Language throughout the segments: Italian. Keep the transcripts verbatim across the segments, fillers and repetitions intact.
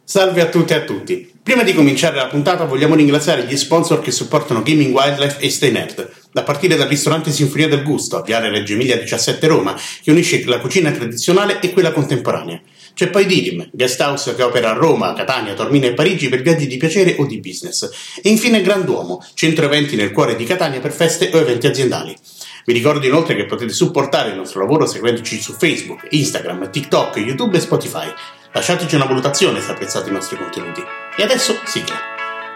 Salve a tutte e a tutti. Prima di cominciare la puntata vogliamo ringraziare gli sponsor che supportano Gaming Wildlife e Stay Nerd, da partire dal ristorante Sinfonia del Gusto, a Viale Reggio Emilia diciassette Roma, che unisce la cucina tradizionale e quella contemporanea. C'è poi Didim, guest house che opera a Roma, Catania, Torino e Parigi per viaggi di piacere o di business. E infine Granduomo, centro eventi nel cuore di Catania per feste o eventi aziendali. Vi ricordo inoltre che potete supportare il nostro lavoro seguendoci su Facebook, Instagram, TikTok, YouTube e Spotify. Lasciateci una valutazione se apprezzate i nostri contenuti. E adesso sigla.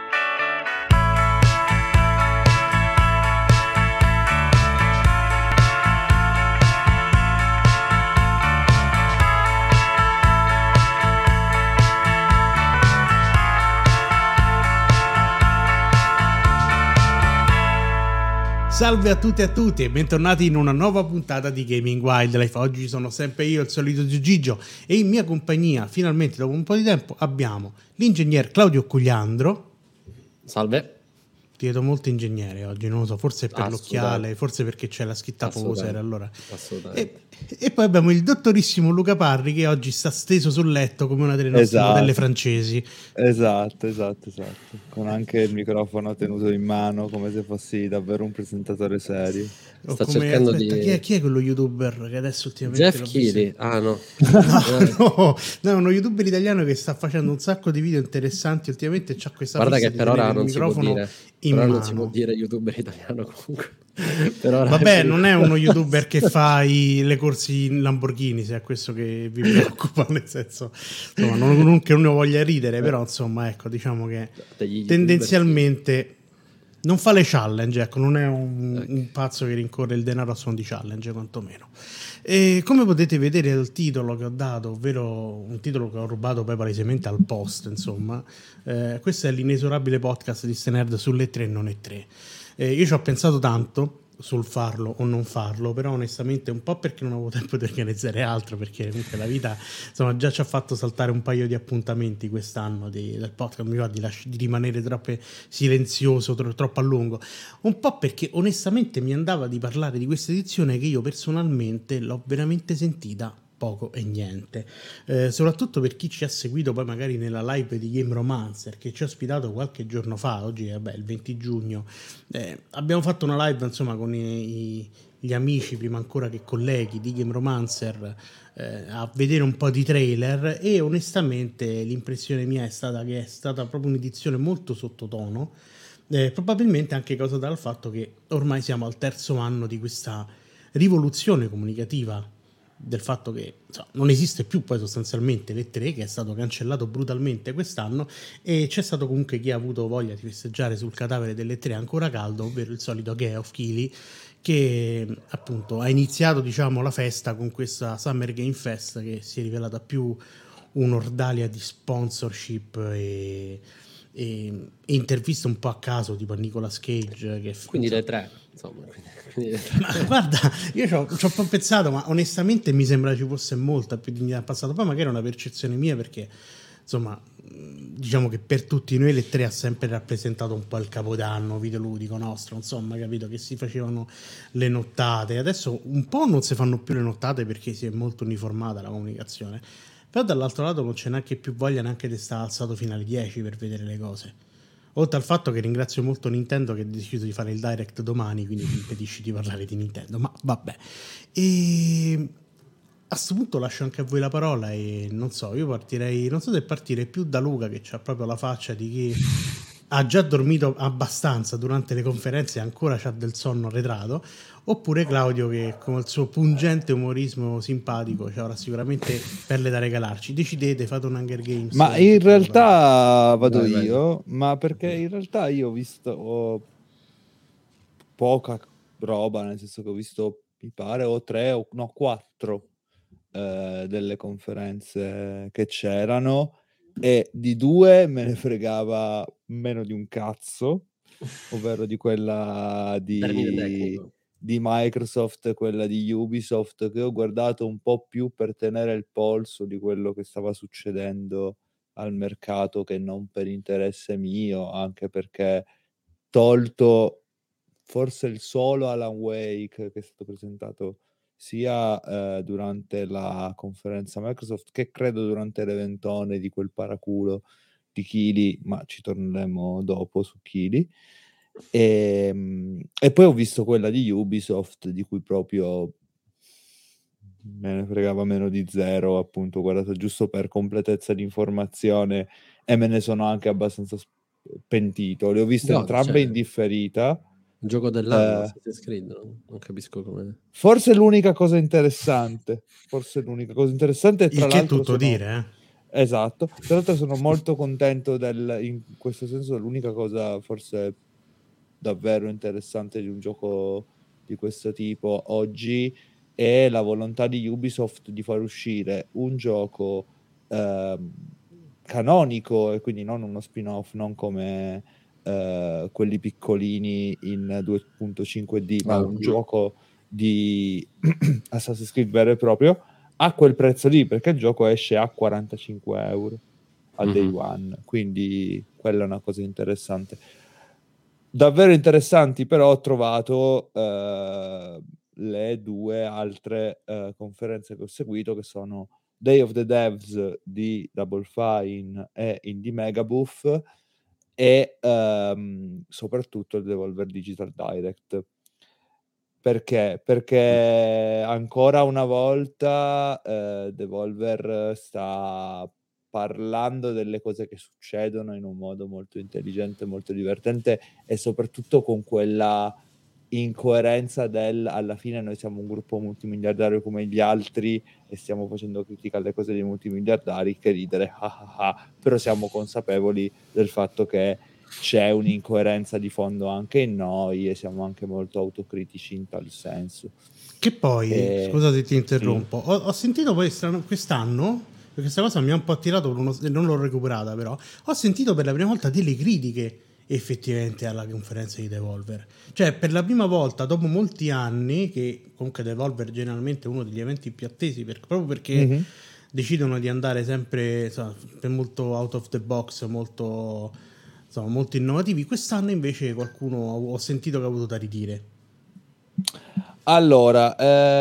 Salve a tutti e a tutti e bentornati in una nuova puntata di Gaming Wildlife. Oggi sono sempre io, il solito Gigio, e in mia compagnia, finalmente dopo un po' di tempo, abbiamo l'ingegner Claudio Cugliandro. Salve. Ti vedo molto ingegnere oggi, non lo so, forse per l'occhiale, forse perché c'è la scritta poser, allora. Assolutamente. E, e poi abbiamo il dottorissimo Luca Parri che oggi sta steso sul letto come una delle nostre esatto. modelle francesi. Esatto, esatto, esatto. Con anche il microfono tenuto in mano come se fossi davvero un presentatore serio. Sta come, cercando aspetta, di... Chi è, chi è quello youtuber che adesso ultimamente... Jeff Keighley? Ah no. no, no, no, uno youtuber italiano che sta facendo un sacco di video interessanti ultimamente, c'ha questa Guarda fissa che di per ora tenere non il si può microfono dire, in però mano. non si può dire youtuber italiano comunque. Per ora Vabbè, è non è uno youtuber che fa i, le corse in Lamborghini, se è questo che vi preoccupa, nel senso, insomma, non, non che uno voglia ridere, però insomma, ecco, diciamo che tendenzialmente non fa le challenge, ecco, non è un, ecco. un pazzo che rincorre il denaro a suon di challenge, quantomeno. E come potete vedere dal titolo che ho dato, ovvero un titolo che ho rubato poi palesemente al post, insomma, eh, questo è l'inesorabile podcast di Stay Nerd sulle tre e non è tre. Eh, io ci ho pensato tanto sul farlo o non farlo, però onestamente un po' perché non avevo tempo di organizzare altro, perché comunque la vita insomma già ci ha fatto saltare un paio di appuntamenti quest'anno di, del podcast, mi va di, lasci, di rimanere troppo silenzioso, tro, troppo a lungo, un po' perché onestamente mi andava di parlare di questa edizione che io personalmente l'ho veramente sentita poco e niente, eh, soprattutto per chi ci ha seguito poi magari nella live di Game Romancer che ci ha ospitato qualche giorno fa. Oggi è il venti giugno, eh, abbiamo fatto una live insomma con i, i, gli amici prima ancora che colleghi di Game Romancer, eh, a vedere un po' di trailer, e onestamente l'impressione mia è stata che è stata proprio un'edizione molto sottotono, eh, probabilmente anche causa dal fatto che ormai siamo al terzo anno di questa rivoluzione comunicativa, del fatto che insomma, non esiste più poi sostanzialmente l'E tre, che è stato cancellato brutalmente quest'anno, e c'è stato comunque chi ha avuto voglia di festeggiare sul cadavere dell'E tre ancora caldo, ovvero il solito Geoff Keighley, che appunto ha iniziato diciamo la festa con questa Summer Game Fest che si è rivelata più un'ordalia di sponsorship e, e, e interviste un po' a caso tipo a Nicolas Cage, che quindi insomma, le tre insomma quindi... Ma guarda, io ci ho, ci ho pensato, ma onestamente mi sembra ci fosse molta più dignità passato. Poi magari è una percezione mia, perché insomma diciamo che per tutti noi le tre ha sempre rappresentato un po' il capodanno videoludico nostro, insomma, capito, che si facevano le nottate. Adesso un po' non si fanno più le nottate perché si è molto uniformata la comunicazione, però dall'altro lato non c'è neanche più voglia neanche di stare alzato fino alle dieci per vedere le cose. Oltre al fatto che ringrazio molto Nintendo che ha deciso di fare il direct domani, quindi mi impedisci di parlare di Nintendo, ma vabbè. E a questo punto lascio anche a voi la parola e non so, io partirei, non so se partire più da Luca, che ha proprio la faccia di chi ha già dormito abbastanza durante le conferenze e ancora c'ha del sonno arretrato, oppure Claudio che con il suo pungente umorismo simpatico ci avrà sicuramente perle da regalarci. Decidete, fate un Hunger Games. Ma in realtà vado vai, vai. io, ma perché in realtà io ho visto ho poca roba, nel senso che ho visto, mi pare, o tre o no, quattro eh, delle conferenze che c'erano, e di due me ne fregava meno di un cazzo, ovvero di quella termine di... tecnico di Microsoft, quella di Ubisoft, che ho guardato un po' più per tenere il polso di quello che stava succedendo al mercato che non per interesse mio, anche perché tolto forse il solo Alan Wake che è stato presentato sia eh, durante la conferenza Microsoft che credo durante l'eventone di quel paraculo di Kili, ma ci torneremo dopo su Kili. E, e poi ho visto quella di Ubisoft, di cui proprio me ne fregava meno di zero, appunto, ho guardato giusto per completezza di informazione e me ne sono anche abbastanza pentito. Le ho viste No, entrambe cioè, in differita. il gioco dell'anno, Eh, Assassin's Creed, no? Non capisco come... forse l'unica cosa interessante, forse l'unica cosa interessante, e tra Il che è l'altro tutto sono... dire, eh. Esatto, tra l'altro sono molto contento del, in questo senso l'unica cosa forse davvero interessante di un gioco di questo tipo oggi è la volontà di Ubisoft di far uscire un gioco ehm, canonico, e quindi non uno spin-off, non come eh, quelli piccolini in due punto cinque D, ma Ah, un gioco di Assassin's Creed vero e proprio a quel prezzo lì, perché il gioco esce a quarantacinque euro a day Mhm. one, quindi quella è una cosa interessante. Davvero interessanti, però ho trovato eh, le due altre eh, conferenze che ho seguito, che sono Day of the Devs di Double Fine e Indie Megabooth, e ehm, soprattutto il Devolver Digital Direct. Perché? Perché ancora una volta eh, Devolver sta parlando delle cose che succedono in un modo molto intelligente, molto divertente, e soprattutto con quella incoerenza del alla fine noi siamo un gruppo multimiliardario come gli altri e stiamo facendo critica alle cose dei multimiliardari, che ridere, ah ah ah, però siamo consapevoli del fatto che c'è un'incoerenza di fondo anche in noi e siamo anche molto autocritici in tal senso. Che poi, E... scusa se ti sì. interrompo, ho, ho sentito poi strano- quest'anno, perché questa cosa mi ha un po' attirato, per uno- non l'ho recuperata però, ho sentito per la prima volta delle critiche effettivamente alla conferenza di Devolver. Cioè, per la prima volta, dopo molti anni, che comunque Devolver generalmente è uno degli eventi più attesi, per- proprio perché Mm-hmm. decidono di andare sempre insomma, per molto out of the box, molto, insomma, molto innovativi, quest'anno invece qualcuno ho sentito che ha avuto da ridire. Allora,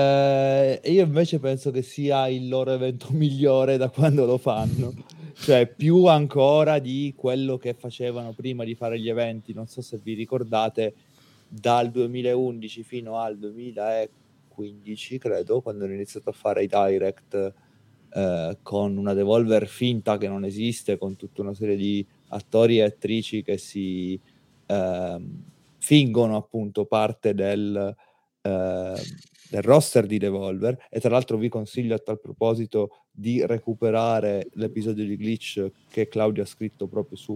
eh, io invece penso che sia il loro evento migliore da quando lo fanno, cioè più ancora di quello che facevano prima di fare gli eventi. Non so se vi ricordate, dal duemilaundici fino al duemilaquindici, credo, quando hanno iniziato a fare i direct eh, con una Devolver finta che non esiste, con tutta una serie di attori e attrici che si ehm, fingono appunto parte del Uh, del roster di Devolver. E tra l'altro vi consiglio a tal proposito di recuperare l'episodio di Glitch che Claudio ha scritto proprio su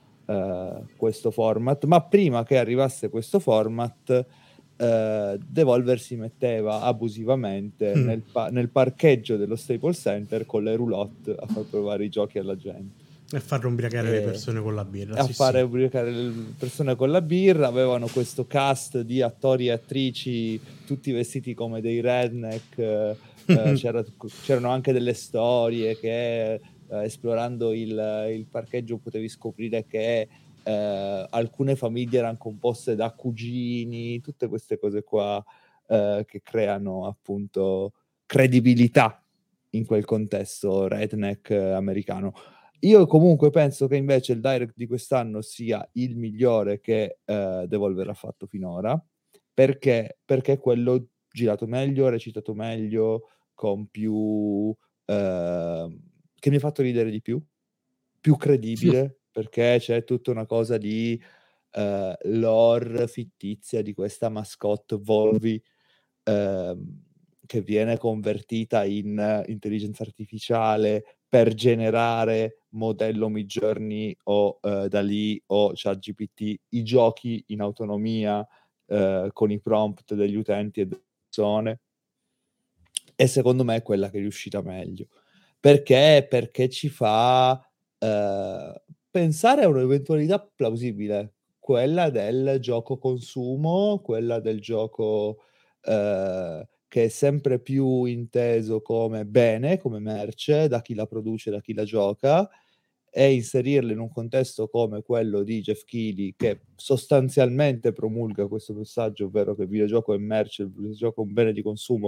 uh, questo format. Ma prima che arrivasse questo format, uh, Devolver si metteva abusivamente Mm. nel, pa- nel parcheggio dello Staples Center con le roulotte a far provare i giochi alla gente E farlo ubriacare e le persone con la birra, a sì, fare sì. ubriacare le persone con la birra. Avevano questo cast di attori e attrici tutti vestiti come dei redneck, eh, c'era, c'erano anche delle storie che eh, esplorando il, il parcheggio potevi scoprire che eh, alcune famiglie erano composte da cugini, tutte queste cose qua eh, che creano appunto credibilità in quel contesto redneck eh, americano. Io comunque penso che invece il direct di quest'anno sia il migliore che eh, Devolver ha fatto finora, perché, perché è quello girato meglio, recitato meglio, con più... Eh, che mi ha fatto ridere di più, più credibile, perché c'è tutta una cosa di eh, lore fittizia di questa mascotte Volvi eh, che viene convertita in uh, intelligenza artificiale per generare modello Midjourney o uh, Dalì o ChatGPT, i giochi in autonomia uh, con i prompt degli utenti e delle persone. E secondo me è quella che è riuscita meglio. Perché? Perché ci fa uh, pensare a un'eventualità plausibile, quella del gioco consumo, quella del gioco uh, che è sempre più inteso come bene, come merce, da chi la produce, da chi la gioca, e inserirla in un contesto come quello di Jeff Keighley, che sostanzialmente promulga questo messaggio, ovvero che il videogioco è merce, il videogioco è un bene di consumo,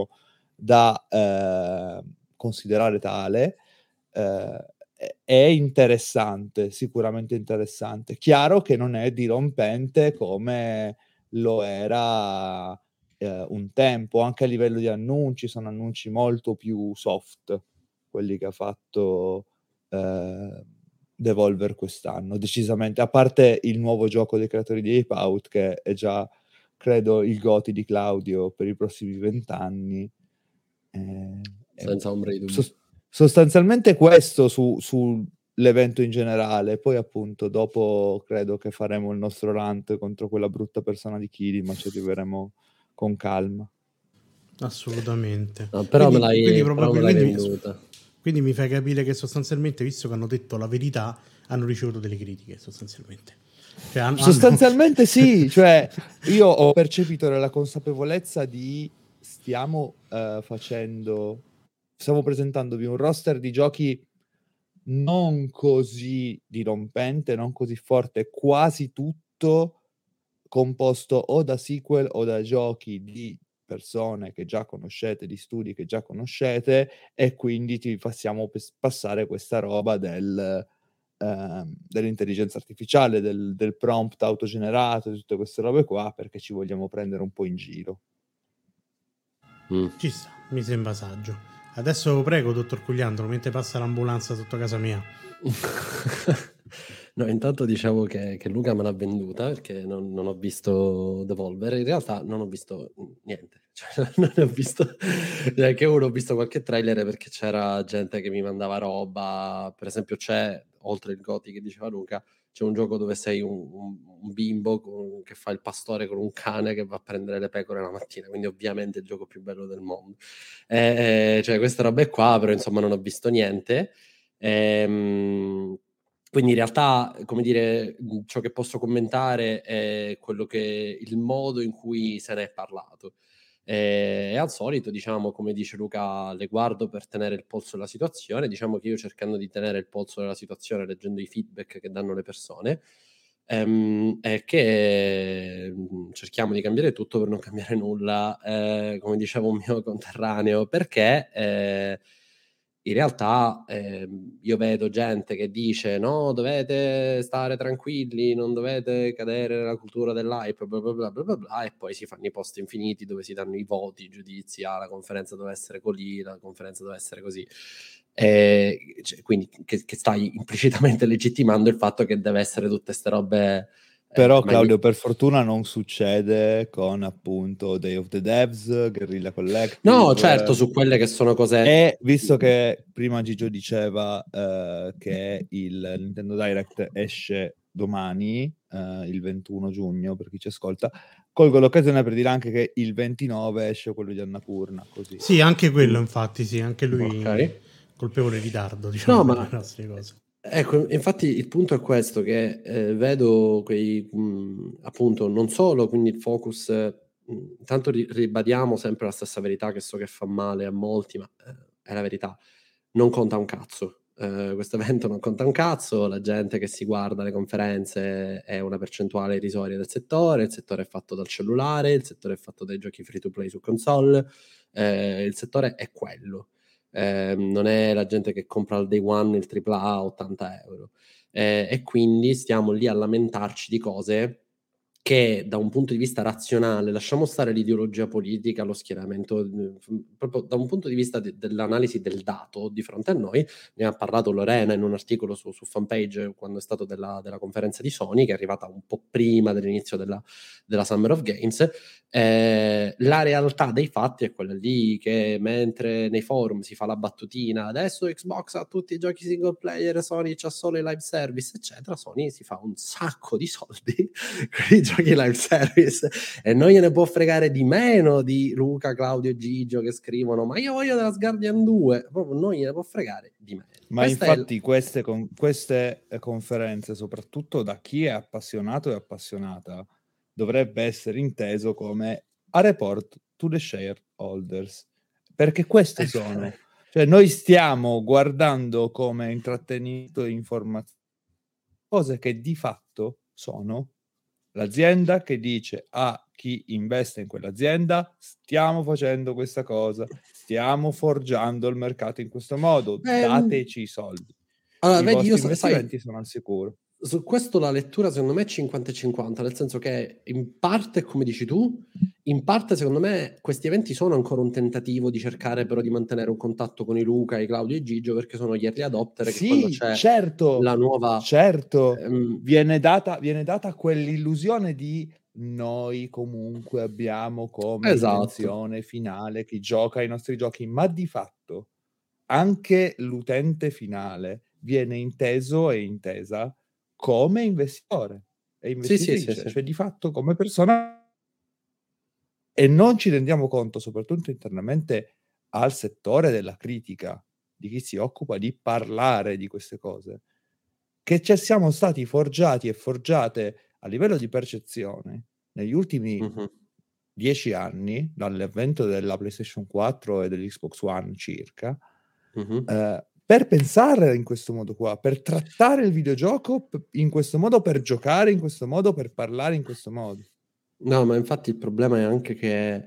da eh, considerare tale, eh, è interessante, sicuramente interessante. Chiaro che non è dirompente come lo era eh, un tempo, anche a livello di annunci, sono annunci molto più soft, quelli che ha fatto eh, Devolver quest'anno, decisamente, a parte il nuovo gioco dei creatori di Ape Out, che è già, credo, il GOTY di Claudio per i prossimi vent'anni. Eh, Senza ombra di dubbio. sost- sostanzialmente questo su, sull'evento in generale, poi appunto dopo credo che faremo il nostro rant contro quella brutta persona di Kili, ma ci arriveremo con calma. Assolutamente. No, però quindi, me l'hai, quindi, però proprio, me l'hai quindi, venduta. quindi mi fai capire che sostanzialmente, visto che hanno detto la verità, hanno ricevuto delle critiche sostanzialmente. Cioè, hanno, sostanzialmente sì, cioè io ho percepito la consapevolezza di stiamo uh, facendo, stiamo presentandovi un roster di giochi non così dirompente, non così forte, quasi tutto composto o da sequel o da giochi di persone che già conoscete, di studi che già conoscete, e quindi ti facciamo pes- passare questa roba del, ehm, dell'intelligenza artificiale, del, del prompt autogenerato, di tutte queste robe qua, perché ci vogliamo prendere un po' in giro. Mm. Ci sta, mi sembra saggio. Adesso prego, dottor Cugliandro, mentre passa l'ambulanza sotto casa mia. No, intanto dicevo che, che Luca me l'ha venduta perché non, non ho visto Devolver. In realtà non ho visto niente, cioè, non ho visto neanche uno, ho visto qualche trailer perché c'era gente che mi mandava roba. Per esempio c'è, oltre il GOTY che diceva Luca, c'è un gioco dove sei un, un, un bimbo con, che fa il pastore con un cane che va a prendere le pecore la mattina, quindi ovviamente il gioco più bello del mondo. Eh, eh, cioè queste robe qua, però insomma non ho visto niente. Ehm, quindi in realtà, come dire, ciò che posso commentare è quello che il modo in cui se ne è parlato. E al solito, diciamo, come dice Luca, le guardo per tenere il polso della situazione. Diciamo che io, cercando di tenere il polso della situazione, leggendo i feedback che danno le persone, ehm, è che cerchiamo di cambiare tutto per non cambiare nulla, eh, come diceva un mio conterraneo, perché eh, in realtà eh, io vedo gente che dice no, dovete stare tranquilli, non dovete cadere nella cultura dell'hype, bla bla bla bla bla, bla, e poi si fanno i post infiniti dove si danno i voti, i giudizi, ah, la conferenza deve essere così, la conferenza deve essere così. Eh, cioè, quindi che, che stai implicitamente legittimando il fatto che deve essere tutte queste robe. Però eh, Claudio, magni- per fortuna non succede con appunto Day of the Devs, Guerrilla Collective. no, certo, su quelle che sono cose. E visto che prima Gigio diceva eh, che il Nintendo Direct esce domani, eh, il ventuno giugno, per chi ci ascolta, colgo l'occasione per dire anche che il ventinove esce quello di Annapurna, così. Sì, anche quello, Mm. infatti, sì, anche lui Ok. colpevole di ritardo, diciamo, No, per ma le nostre cose. ecco, infatti il punto è questo, che eh, vedo quei, mh, appunto, non solo, quindi il focus, eh, mh, intanto ri- ribadiamo sempre la stessa verità, che so che fa male a molti, ma eh, è la verità, non conta un cazzo. Eh, questo evento non conta un cazzo, la gente che si guarda le conferenze è una percentuale irrisoria del settore, il settore è fatto dal cellulare, il settore è fatto dai giochi free to play su console, eh, il settore è quello. Eh, non è la gente che compra al day one il tripla A a ottanta euro, eh, e quindi stiamo lì a lamentarci di cose che da un punto di vista razionale, lasciamo stare l'ideologia politica, lo schieramento, proprio da un punto di vista de- dell'analisi del dato di fronte a noi, ne ha parlato Lorena in un articolo su, su fanpage quando è stato della, della conferenza di Sony, che è arrivata un po' prima dell'inizio della, della Summer of Games. Eh, la realtà dei fatti è quella lì, che mentre nei forum si fa la battutina adesso Xbox ha tutti i giochi single player, Sony c'ha solo i live service eccetera, Sony si fa un sacco di soldi con i giochi live service e non gliene può fregare di meno di Luca, Claudio e Gigio che scrivono ma io voglio della Guardian due, proprio non gliene può fregare di meno. Ma Questa infatti è... queste, con, queste conferenze, soprattutto da chi è appassionato e appassionata, dovrebbe essere inteso come a report to the shareholders, perché queste sono, cioè noi stiamo guardando come intrattenimento e informazione cose che di fatto sono l'azienda che dice a chi investe in quell'azienda, stiamo facendo questa cosa, stiamo forgiando il mercato in questo modo, Eh, dateci i soldi. allora, I vedi, vostri io, sa- investimenti sai, sono al sicuro. su questo la lettura secondo me è cinquanta e cinquanta, nel senso che in parte, come dici tu, in parte secondo me questi eventi sono ancora un tentativo di cercare però di mantenere un contatto con i Luca, i Claudio e i Gigio, perché sono gli early adopter che quando Sì, c'è certo, la nuova... certo. ehm, Viene data, viene data quell'illusione di noi comunque abbiamo come esatto, intenzione finale chi gioca i nostri giochi, ma di fatto anche l'utente finale viene inteso e intesa come investitore e sì, sì, sì, investitrice, sì. cioè di fatto come persona, e non ci rendiamo conto, soprattutto internamente al settore della critica, di chi si occupa di parlare di queste cose, che ci siamo stati forgiati e forgiate a livello di percezione negli ultimi Mhm. dieci anni, dall'avvento della PlayStation quattro e dell'Xbox One circa, Mhm. eh, per pensare in questo modo qua, per trattare il videogioco p- in questo modo, per giocare in questo modo, per parlare in questo modo. No, ma infatti il problema è anche che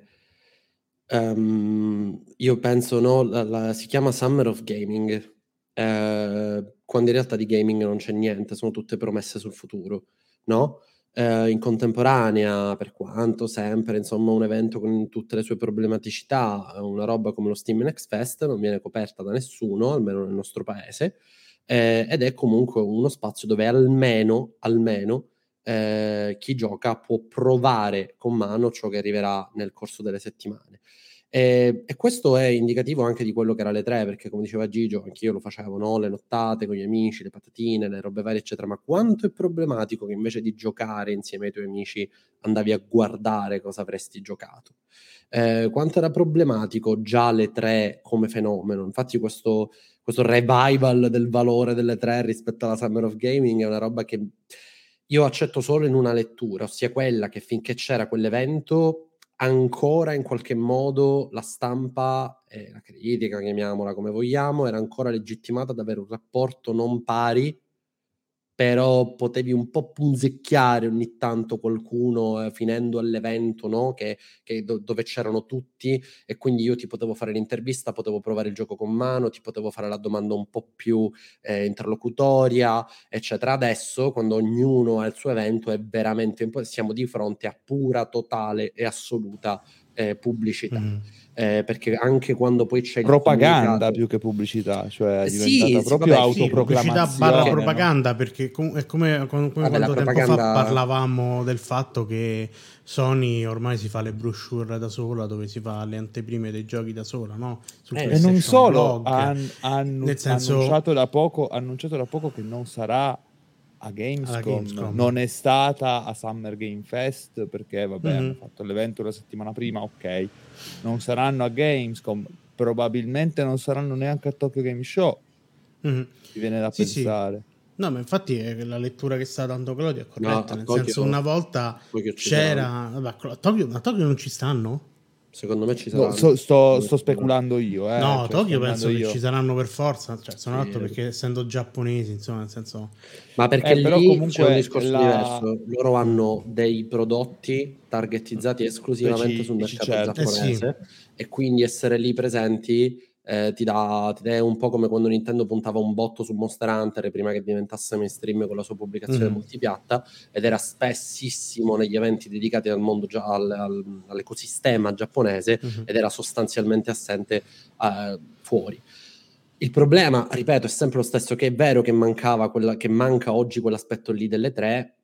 ehm, io penso, no, la- la- si chiama Summer of Gaming, eh, quando in realtà di gaming non c'è niente, sono tutte promesse sul futuro, no? Eh, in contemporanea, per quanto sempre, insomma, un evento con tutte le sue problematicità, una roba come lo Steam Next Fest non viene coperta da nessuno, almeno nel nostro paese, eh, ed è comunque uno spazio dove almeno, almeno eh, chi gioca può provare con mano ciò che arriverà nel corso delle settimane. E, e questo è indicativo anche di quello che era le tre, perché come diceva Gigio, anch'io lo facevo, no? Le nottate con gli amici, le patatine, le robe varie, eccetera. Ma quanto è problematico che invece di giocare insieme ai tuoi amici andavi a guardare cosa avresti giocato? Eh, quanto era problematico già le tre come fenomeno. Infatti questo, questo revival del valore delle tre rispetto alla Summer of Gaming è una roba che io accetto solo in una lettura, ossia quella che finché c'era quell'evento ancora in qualche modo la stampa e la critica, chiamiamola come vogliamo, era ancora legittimata ad avere un rapporto non pari, però potevi un po' punzecchiare ogni tanto qualcuno eh, finendo all'evento, no? Che, che do- dove c'erano tutti e quindi io ti potevo fare l'intervista, potevo provare il gioco con mano, ti potevo fare la domanda un po' più eh, interlocutoria, eccetera. Adesso, quando ognuno ha il suo evento, è veramente un po', siamo di fronte a pura, totale e assoluta eh, pubblicità. Mm. Eh, perché anche quando poi c'è il Propaganda comunicato... più che pubblicità, cioè è Eh, diventata sì, sì, proprio vabbè, Sì, pubblicità autoproclamazione. barra che- propaganda, perché com- è come, come vabbè, la quando tempo fa propaganda... parlavamo del fatto che Sony ormai si fa le brochure da sola, dove si fa le anteprime dei giochi da sola, no? Sul Eh, E non PlayStation solo, Blog. ha an- annu- Nel senso, annunciato da poco, ha annunciato da poco che non sarà a alla Gamescom, Gamescom. non è stata a Summer Game Fest perché vabbè Mhm. hanno fatto l'evento la settimana prima, ok, non saranno a Gamescom, probabilmente non saranno neanche a Tokyo Game Show, Mhm. mi viene da Sì, sì. pensare. No, ma infatti è la lettura che sta dando Claudio è No, corretta, a nel Tokyo, senso una volta Tokyo ci c'era... Vabbè, a Tokyo, a Tokyo non ci stanno? secondo me ci No, saranno. so- sto, Secondo me sto ci saranno. speculando io, eh, No, cioè, sto Tokyo andando penso che io. ci saranno per forza, cioè sono Sì. altro perché essendo giapponesi, insomma, nel senso... Ma perché Eh, però lì c'è un comunque discorso la diverso. Loro hanno dei prodotti targetizzati esclusivamente sul specifici, mercato certo. Eh sì. giapponese e quindi essere lì presenti eh, ti dà, ti dà un po' come quando Nintendo puntava un botto su Monster Hunter prima che diventasse mainstream con la sua pubblicazione Mhm. multipiatta, ed era spessissimo negli eventi dedicati al mondo gia- al- al- all'ecosistema giapponese Mhm. ed era sostanzialmente assente eh, fuori. Il problema, ripeto, è sempre lo stesso, che è vero che mancava quella, che manca oggi quell'aspetto lì delle tre.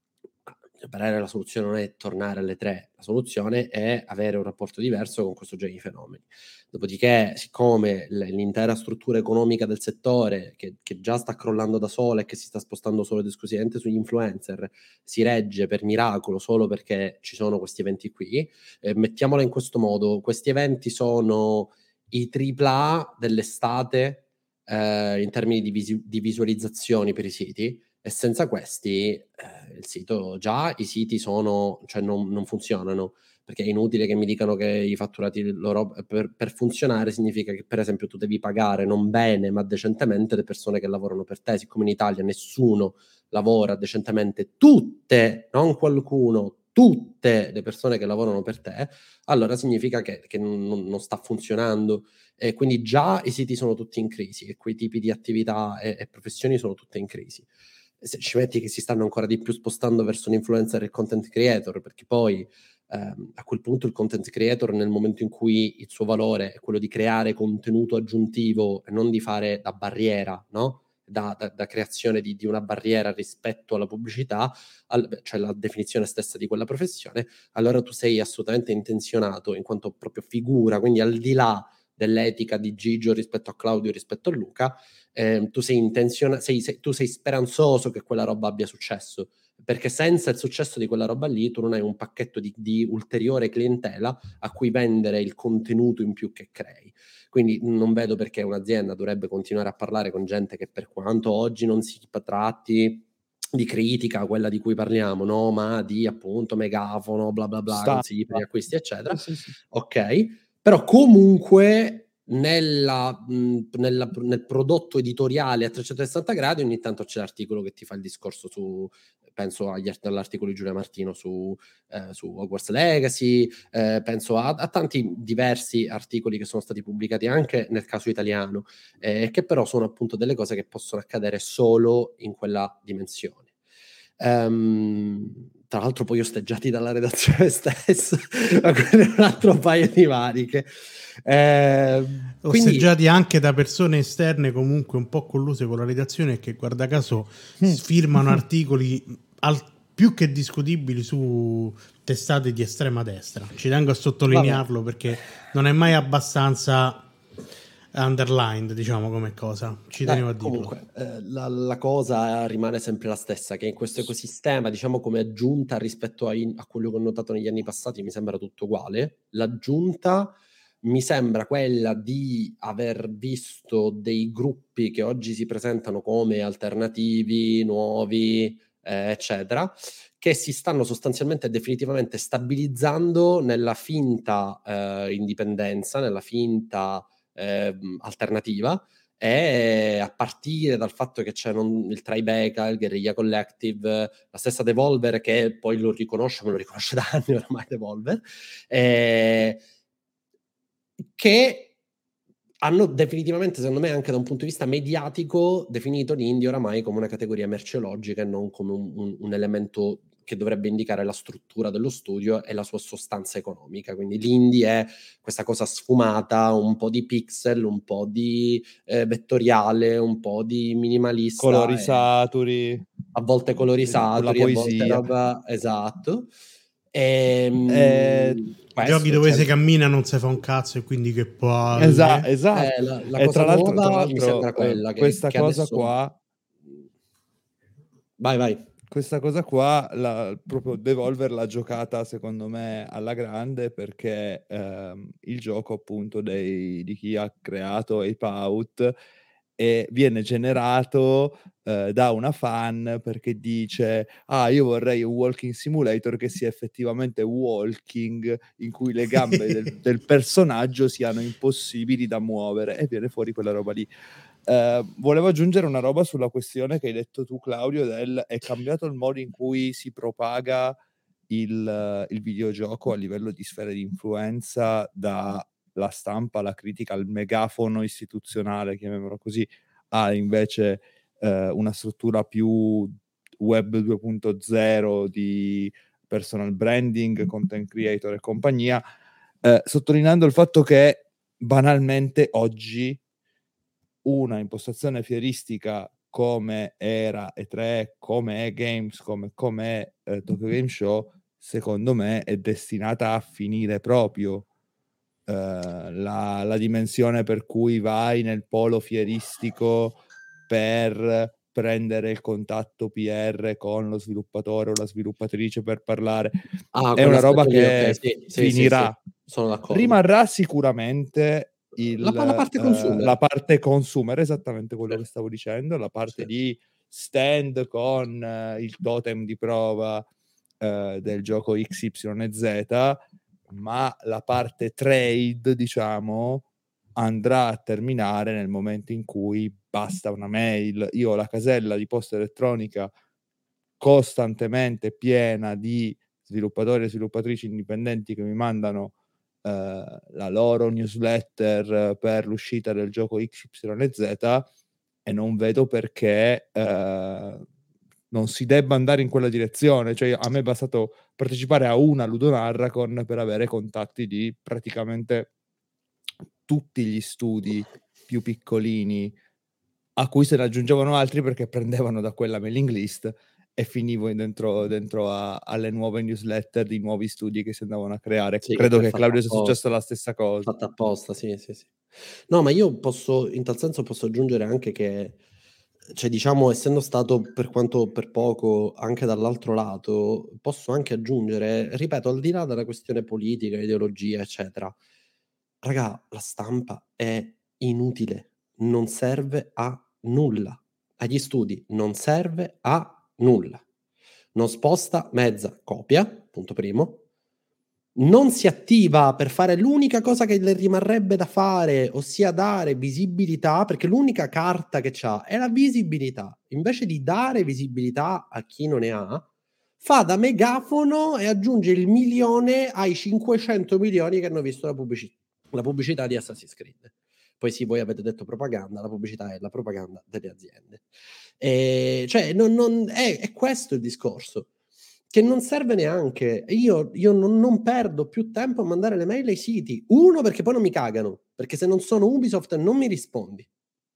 A parere la soluzione non è tornare alle tre, la soluzione è avere un rapporto diverso con questo genere di fenomeni. Dopodiché, siccome l- l'intera struttura economica del settore, che, che già sta crollando da sola e che si sta spostando solo ed esclusivamente sugli influencer, si regge per miracolo solo perché ci sono questi eventi qui, eh, mettiamola in questo modo, questi eventi sono i tripla A dell'estate eh, in termini di, visi- di visualizzazioni per i siti, e senza questi eh, il sito, già i siti sono, cioè non, non funzionano, perché è inutile che mi dicano che i fatturati loro per, per funzionare significa che per esempio tu devi pagare non bene ma decentemente le persone che lavorano per te. Siccome in Italia nessuno lavora decentemente, tutte, non qualcuno, tutte le persone che lavorano per te, allora significa che, che non, non sta funzionando. E quindi già i siti sono tutti in crisi e quei tipi di attività e, e professioni sono tutte in crisi. Se ci metti che si stanno ancora di più spostando verso l'influencer e il content creator, perché poi ehm, a quel punto il content creator, nel momento in cui il suo valore è quello di creare contenuto aggiuntivo e non di fare da barriera, no? Da, da, da creazione di, di una barriera rispetto alla pubblicità, al, cioè la definizione stessa di quella professione, allora tu sei assolutamente intenzionato in quanto proprio figura, quindi al di là dell'etica di Gigio rispetto a Claudio rispetto a Luca, eh, tu sei intenzionato, sei, sei, tu sei speranzoso che quella roba abbia successo, perché senza il successo di quella roba lì tu non hai un pacchetto di, di ulteriore clientela a cui vendere il contenuto in più che crei. Quindi non vedo perché un'azienda dovrebbe continuare a parlare con gente che, per quanto oggi non si tratti di critica, quella di cui parliamo, no? Ma di appunto megafono, bla bla bla, Stampa. consigli per gli acquisti, eccetera. Sì, sì, sì. Ok, però comunque nella, mh, nella, nel prodotto editoriale a trecentosessanta gradi ogni tanto c'è l'articolo che ti fa il discorso su, penso agli, all'articolo di Giulia Martino su, eh, su Hogwarts Legacy, eh, penso a, a tanti diversi articoli che sono stati pubblicati anche nel caso italiano, eh, che però sono appunto delle cose che possono accadere solo in quella dimensione. Um, tra l'altro poi osteggiati dalla redazione stessa, ma quello è un altro paio di maniche. Eh, osteggiati quindi, anche da persone esterne comunque un po' colluse con la redazione, che guarda caso Mm. firmano articoli al, più che discutibili su testate di estrema destra. Ci tengo a sottolinearlo, vabbè, perché non è mai abbastanza underlined, diciamo, come cosa. Ci tenevo a eh, dirlo. comunque eh, la, la cosa rimane sempre la stessa, che in questo ecosistema, diciamo, come aggiunta rispetto a, in, a quello che ho notato negli anni passati, mi sembra tutto uguale. L'aggiunta mi sembra quella di aver visto dei gruppi che oggi si presentano come alternativi, nuovi, eh, eccetera, che si stanno sostanzialmente e definitivamente stabilizzando nella finta eh, indipendenza, nella finta eh, alternativa, e a partire dal fatto che c'è non, il Tribeca, il Guerrilla Collective, la stessa Devolver, che poi lo riconosce, ma lo riconosce da anni ormai Devolver, eh, che hanno definitivamente, secondo me, anche da un punto di vista mediatico, definito l'indie oramai come una categoria merceologica e non come un, un, un elemento che dovrebbe indicare la struttura dello studio e la sua sostanza economica. Quindi l'indie è questa cosa sfumata, un po' di pixel, un po' di eh, vettoriale, un po' di minimalista, Colori e saturi, a volte colori con la saturi, a volte poesia. roba, esatto. Ehm, Eh, Giochi questo, dove cioè, si cammina non si fa un cazzo, e quindi che palle. Esatto, esatto. eh, la, la E cosa tra l'altro, tra nuova mi l'altro sembra eh, quella che, questa che cosa adesso... qua, Vai, vai. questa cosa qua, la, proprio Devolver l'ha giocata secondo me alla grande, perché ehm, il gioco appunto dei, di chi ha creato Ape Out e viene generato eh, da una fan perché dice: ah, io vorrei un walking simulator che sia effettivamente walking, in cui le gambe del, del personaggio siano impossibili da muovere, e viene fuori quella roba lì. Uh, volevo aggiungere una roba sulla questione che hai detto tu, Claudio, del è cambiato il modo in cui si propaga il, il videogioco a livello di sfere di influenza, dalla stampa, alla critica, al megafono istituzionale, chiamiamolo così, a invece uh, una struttura più web due punto zero di personal branding, content creator e compagnia, uh, sottolineando il fatto che banalmente oggi una impostazione fieristica come era E tre, come è Games, come, come è eh, Tokyo Game Show, secondo me è destinata a finire proprio. Uh, la, la dimensione per cui vai nel polo fieristico per prendere il contatto P R con lo sviluppatore o la sviluppatrice per parlare, ah, è una roba lì, che okay, sì, sì, finirà. sì, sì, sono d'accordo. Rimarrà sicuramente il, la, la parte consumer, uh, la parte consumer, esattamente quello sì, che stavo dicendo, la parte sì. di stand con uh, il totem di prova uh, del gioco X Y Z, ma la parte trade, diciamo, andrà a terminare nel momento in cui basta una mail. Io ho la casella di posta elettronica costantemente piena di sviluppatori e sviluppatrici indipendenti che mi mandano eh, la loro newsletter per l'uscita del gioco X Y Z, e non vedo perché eh, non si debba andare in quella direzione. Cioè, a me è bastato partecipare a una Ludonarracon per avere contatti di praticamente tutti gli studi più piccolini, a cui se ne aggiungevano altri perché prendevano da quella mailing list, e finivo dentro, dentro a, alle nuove newsletter di nuovi studi che si andavano a creare. Sì, Credo che che è a Claudio fatta sia successa apposta. la stessa cosa. Fatta apposta, sì, sì, sì. No, ma io posso, in tal senso posso aggiungere anche che, cioè diciamo, essendo stato per quanto per poco anche dall'altro lato, posso anche aggiungere, ripeto, al di là della questione politica, ideologia, eccetera, raga, la stampa è inutile, non serve a nulla. Agli studi non serve a nulla. Non sposta mezza copia, punto primo. Non si attiva per fare l'unica cosa che le rimarrebbe da fare, ossia dare visibilità, perché l'unica carta che c'ha è la visibilità. Invece di dare visibilità a chi non ne ha, fa da megafono e aggiunge il milione ai cinquecento milioni che hanno visto la, pubblici- la pubblicità di Assassin's Creed. Poi sì, voi avete detto propaganda, la pubblicità è la propaganda delle aziende. E, cioè, non, non, è, è questo il discorso, che non serve neanche. Io, io non, non perdo più tempo a mandare le mail ai siti. Uno, perché poi non mi cagano, perché se non sono Ubisoft non mi rispondi.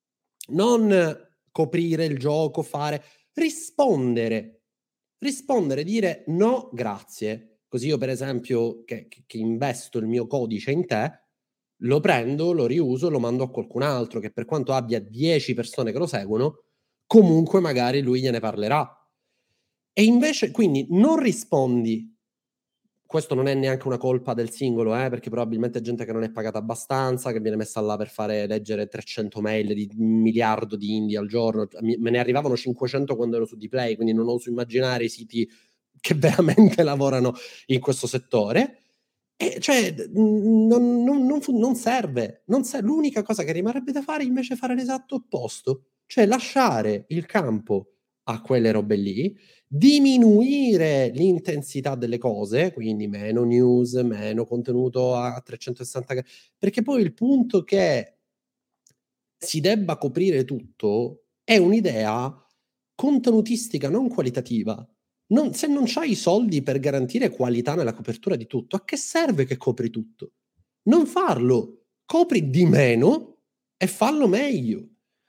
Non coprire il gioco, fare... Rispondere. Rispondere, dire no, grazie. Così io, per esempio, che, che investo il mio codice in te, lo prendo, lo riuso, lo mando a qualcun altro che, per quanto abbia dieci persone che lo seguono, comunque magari lui gliene parlerà. E invece, quindi, non rispondi. Questo non è neanche una colpa del singolo, eh, perché probabilmente è gente che non è pagata abbastanza, che viene messa là per fare leggere trecento mail di un miliardo di indie al giorno. Me ne arrivavano cinquecento quando ero su Dplay, quindi non oso immaginare i siti che veramente lavorano in questo settore. E cioè, non, non, non, non serve, non serve. L'unica cosa che rimarrebbe da fare invece è fare l'esatto opposto, cioè lasciare il campo a quelle robe lì, diminuire l'intensità delle cose, quindi meno news, meno contenuto a trecentosessanta gradi, perché poi il punto che si debba coprire tutto è un'idea contenutistica, non qualitativa. Non, se non c'hai i soldi per garantire qualità nella copertura di tutto, a che serve che copri tutto? Non farlo, copri di meno e fallo meglio.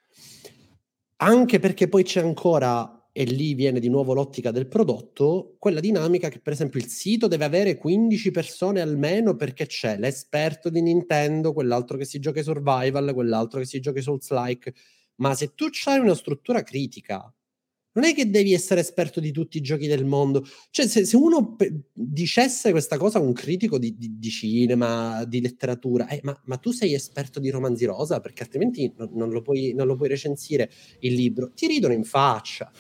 Anche perché poi c'è ancora, e lì viene di nuovo l'ottica del prodotto, quella dinamica che per esempio il sito deve avere quindici persone almeno, perché c'è l'esperto di Nintendo, quell'altro che si gioca ai survival, quell'altro che si gioca ai Souls-like. Ma se tu c'hai una struttura critica, non è che devi essere esperto di tutti i giochi del mondo. Cioè, se, se uno pe- dicesse questa cosa a un critico di, di, di cinema, di letteratura, eh, ma, ma tu sei esperto di romanzi rosa, perché altrimenti non, non, lo puoi, non lo puoi recensire il libro. Ti ridono in faccia.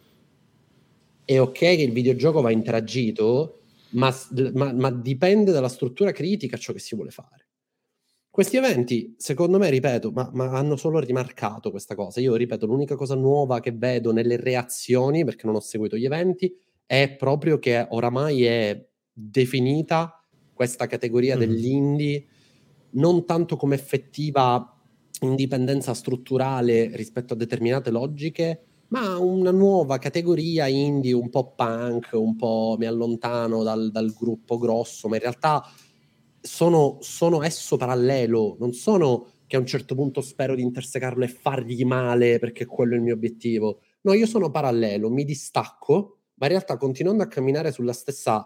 È ok che il videogioco va interagito, ma, ma, ma dipende dalla struttura critica ciò che si vuole fare. Questi eventi, secondo me, ripeto, ma, ma hanno solo rimarcato questa cosa. Io, ripeto, l'unica cosa nuova che vedo nelle reazioni, perché non ho seguito gli eventi, è proprio che oramai è definita questa categoria Mm-hmm. dell'indie non tanto come effettiva indipendenza strutturale rispetto a determinate logiche, ma una nuova categoria indie un po' punk, un po' mi allontano dal, dal gruppo grosso, ma in realtà sono, sono esso parallelo, non sono che a un certo punto spero di intersecarlo e fargli male perché quello è il mio obiettivo. No, io sono parallelo, mi distacco, ma in realtà continuando a camminare sulla stessa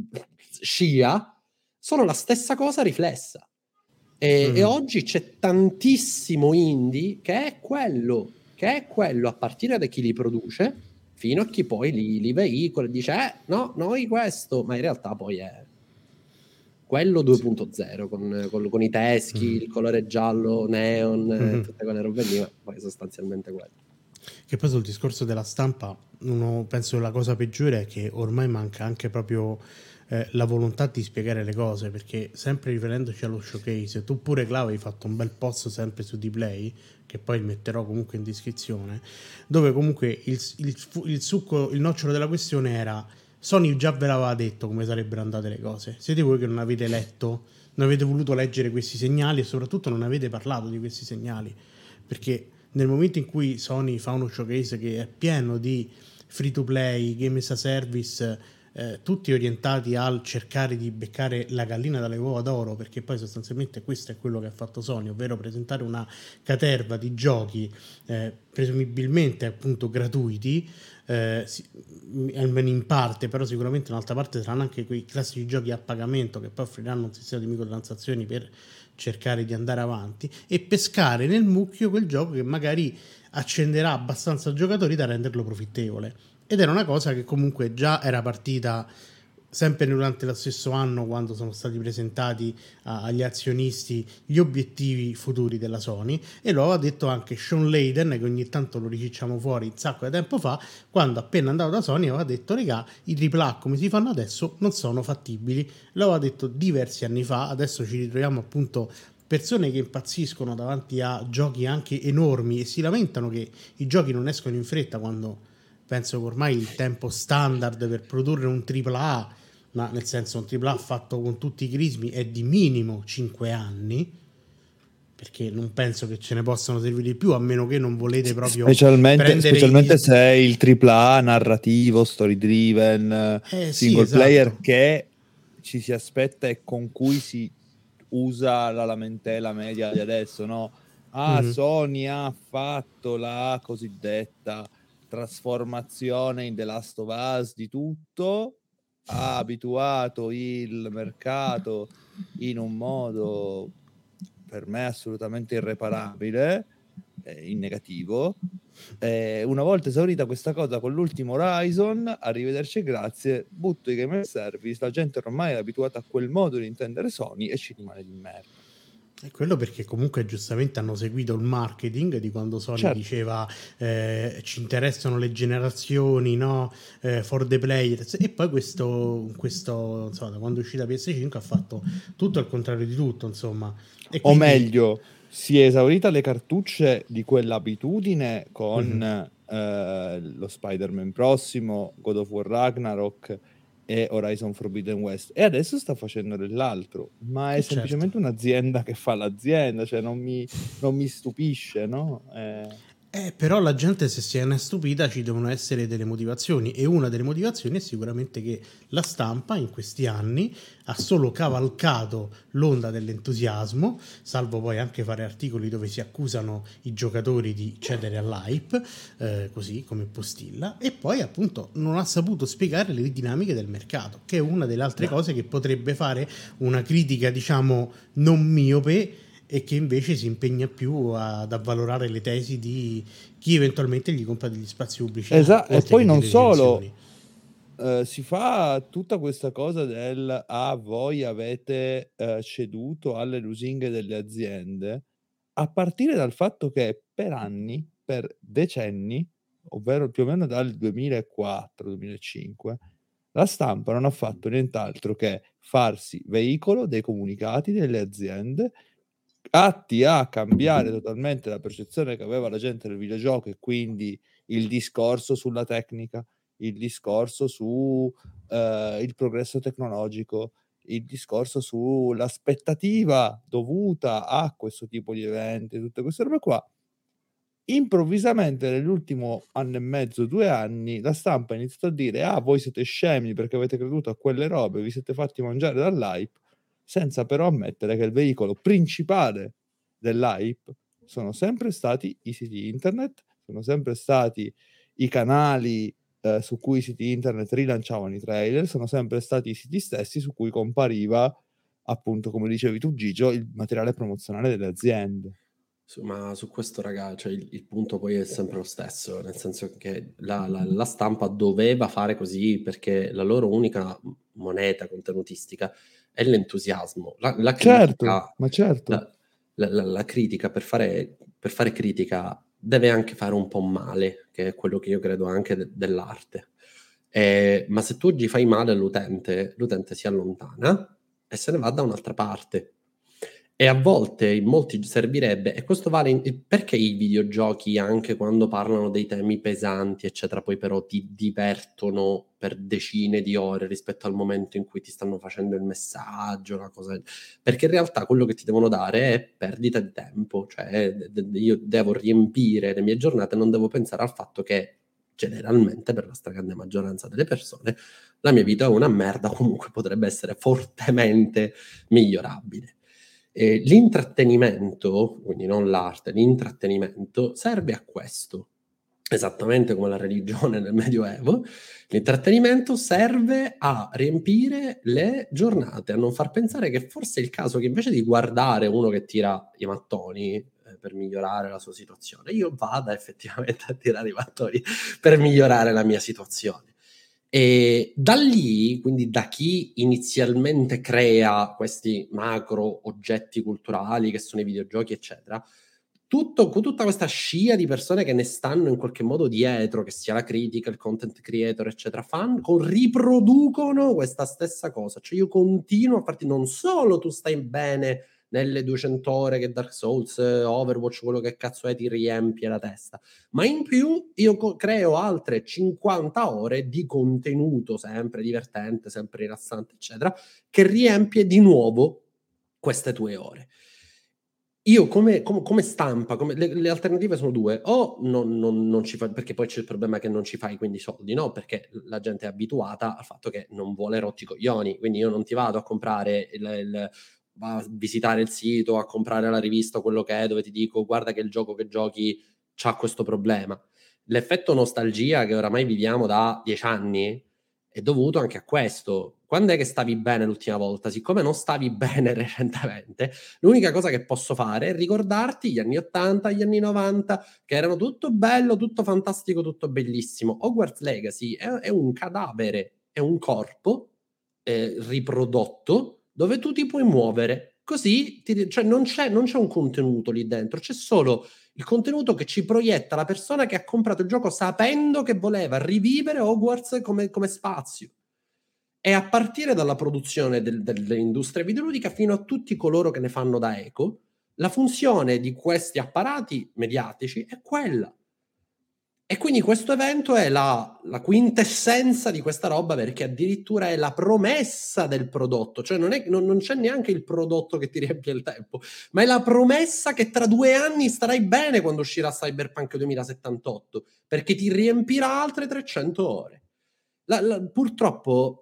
scia, sono la stessa cosa riflessa. E, mm. e oggi c'è tantissimo indie che è quello, che è quello, a partire da chi li produce fino a chi poi li, li veicola e dice eh no, noi questo, ma in realtà poi è quello due punto zero con, con, con i teschi, mm. il colore giallo, neon, mm-hmm. tutte quelle robe lì, ma poi sostanzialmente quello. Che poi sul discorso della stampa, uno, penso la cosa peggiore è che ormai manca anche proprio eh, la volontà di spiegare le cose, perché sempre riferendoci allo showcase, tu pure Clau hai fatto un bel post sempre su Dplay, che poi metterò comunque in descrizione, dove comunque il, il, il succo, il nocciolo della questione era: Sony già ve l'aveva detto come sarebbero andate le cose. Siete voi che non avete letto, non avete voluto leggere questi segnali e soprattutto non avete parlato di questi segnali, perché nel momento in cui Sony fa uno showcase che è pieno di free to play, game as a service, eh, tutti orientati al cercare di beccare la gallina dalle uova d'oro, perché poi sostanzialmente questo è quello che ha fatto Sony, ovvero presentare una caterva di giochi eh, presumibilmente appunto gratuiti, eh, si, almeno in parte, però sicuramente un'altra parte saranno anche quei classici giochi a pagamento che poi offriranno un sistema di microtransazioni per cercare di andare avanti e pescare nel mucchio quel gioco che magari accenderà abbastanza giocatori da renderlo profittevole. Ed era una cosa che comunque già era partita sempre durante lo stesso anno, quando sono stati presentati a, agli azionisti gli obiettivi futuri della Sony, e lo aveva detto anche Sean Layden, che ogni tanto lo ricicciamo fuori un sacco di tempo fa, quando appena andato da Sony aveva detto: regà, i tripla A come si fanno adesso non sono fattibili. Lo aveva detto diversi anni fa. Adesso ci ritroviamo appunto persone che impazziscono davanti a giochi anche enormi e si lamentano che i giochi non escono in fretta, quando penso che ormai il tempo standard per produrre un tripla A, ma nel senso un tripla A fatto con tutti i crismi, è di minimo cinque anni, perché non penso che ce ne possano servire di più, a meno che non volete proprio specialmente, specialmente i... se è il tripla A narrativo, story driven, eh, single sì, player, esatto. che ci si aspetta e con cui si usa la lamentela media di adesso, no? Ah, Mm-hmm. Sony ha fatto la cosiddetta trasformazione in The Last of Us di tutto, ha abituato il mercato in un modo per me assolutamente irreparabile, eh, in negativo. Eh, una volta esaurita questa cosa con l'ultimo Horizon, arrivederci e grazie, butto i game service, la gente ormai è abituata a quel modo di intendere Sony e ci rimane di merda. È quello perché comunque giustamente hanno seguito il marketing di quando Sony certo. diceva eh, ci interessano le generazioni, no? Eh, for the players, e poi questo, questo insomma, da quando è uscita P S cinque ha fatto tutto al contrario di tutto, insomma. E o quindi... meglio, si è esaurita le cartucce di quell'abitudine con mm-hmm. eh, lo Spider-Man prossimo, God of War Ragnarok e Horizon Forbidden West, e adesso sta facendo dell'altro, ma è eh semplicemente certo. un'azienda che fa l'azienda, cioè non mi, non mi stupisce, no? Eh... Eh, però la gente, se si è stupita, ci devono essere delle motivazioni, e una delle motivazioni è sicuramente che la stampa in questi anni ha solo cavalcato l'onda dell'entusiasmo, salvo poi anche fare articoli dove si accusano i giocatori di cedere all'hype, eh, così come postilla, e poi appunto non ha saputo spiegare le dinamiche del mercato, che è una delle altre cose che potrebbe fare una critica, diciamo, non miope, e che invece si impegna più ad avvalorare le tesi di chi eventualmente gli compra degli spazi pubblicitari. Esatto, e poi non solo, uh, si fa tutta questa cosa del ah, voi avete uh, ceduto alle lusinghe delle aziende, a partire dal fatto che per anni, per decenni, ovvero più o meno dal duemilaquattro duemilacinque, la stampa non ha fatto nient'altro che farsi veicolo dei comunicati delle aziende atti a cambiare totalmente la percezione che aveva la gente del videogioco, e quindi il discorso sulla tecnica, il discorso su eh, il progresso tecnologico, il discorso sull'aspettativa dovuta a questo tipo di eventi, tutte queste robe qua. Improvvisamente nell'ultimo anno e mezzo, due anni, la stampa ha iniziato a dire ah, voi siete scemi perché avete creduto a quelle robe, vi siete fatti mangiare dall'hype, senza però ammettere che il veicolo principale dell'hype sono sempre stati i siti internet, sono sempre stati i canali eh, su cui i siti internet rilanciavano i trailer, sono sempre stati i siti stessi su cui compariva, appunto, come dicevi tu Gigio, il materiale promozionale delle aziende. Ma su questo, raga, cioè il, il punto poi è sempre lo stesso, nel senso che la, la, la stampa doveva fare così perché la loro unica moneta contenutistica è l'entusiasmo. La, la critica, certo, ma certo. La, la, la critica per fare, per fare critica deve anche fare un po' male, che è quello che io credo anche de, dell'arte. Eh, ma se tu gli fai male all'utente, l'utente si allontana e se ne va da un'altra parte. E a volte in molti servirebbe, e questo vale in, perché i videogiochi, anche quando parlano dei temi pesanti eccetera, poi però ti divertono per decine di ore rispetto al momento in cui ti stanno facendo il messaggio, una cosa, perché in realtà quello che ti devono dare è perdita di tempo, cioè d- d- io devo riempire le mie giornate, non devo pensare al fatto che generalmente per la stragrande maggioranza delle persone la mia vita è una merda, comunque potrebbe essere fortemente migliorabile. Eh, l'intrattenimento, quindi non l'arte, l'intrattenimento serve a questo, esattamente come la religione nel Medioevo. L'intrattenimento serve a riempire le giornate, a non far pensare che forse è il caso che invece di guardare uno che tira i mattoni eh, per migliorare la sua situazione, io vada effettivamente a tirare i mattoni per migliorare la mia situazione. E da lì, quindi da chi inizialmente crea questi macro oggetti culturali che sono i videogiochi, eccetera, tutto, tutta questa scia di persone che ne stanno in qualche modo dietro, che sia la critica, il content creator, eccetera, fanno, riproducono questa stessa cosa. Cioè io continuo a farti, non solo tu stai bene nelle duecento ore che Dark Souls, Overwatch, quello che cazzo è, ti riempie la testa, ma in più io co- creo altre cinquanta ore di contenuto sempre divertente, sempre rilassante, eccetera, che riempie di nuovo queste tue ore. Io come, come, come stampa, come, le, le alternative sono due: o non, non, non ci fa, perché poi c'è il problema che non ci fai quindi soldi, no? Perché la gente è abituata al fatto che non vuole rotti i coglioni, quindi io non ti vado a comprare il, il a visitare il sito, a comprare la rivista, quello che è, dove ti dico guarda che il gioco che giochi c'ha questo problema. L'effetto nostalgia che oramai viviamo da dieci anni è dovuto anche a questo. Quando è che stavi bene l'ultima volta? Siccome non stavi bene recentemente, l'unica cosa che posso fare è ricordarti gli anni ottanta, gli anni novanta, che erano tutto bello, tutto fantastico, tutto bellissimo. Hogwarts Legacy è, è un cadavere, è un corpo eh, riprodotto dove tu ti puoi muovere. Così ti, cioè non c'è, non c'è un contenuto lì dentro, c'è solo il contenuto che ci proietta la persona che ha comprato il gioco sapendo che voleva rivivere Hogwarts come, come spazio. E a partire dalla produzione del, dell'industria videoludica fino a tutti coloro che ne fanno da eco, la funzione di questi apparati mediatici è quella. E quindi questo evento è la, la quintessenza di questa roba, perché addirittura è la promessa del prodotto, cioè non, è, non, non c'è neanche il prodotto che ti riempie il tempo, ma è la promessa che tra due anni starai bene quando uscirà Cyberpunk duemilasettantotto, perché ti riempirà altre trecento ore. La, la, purtroppo,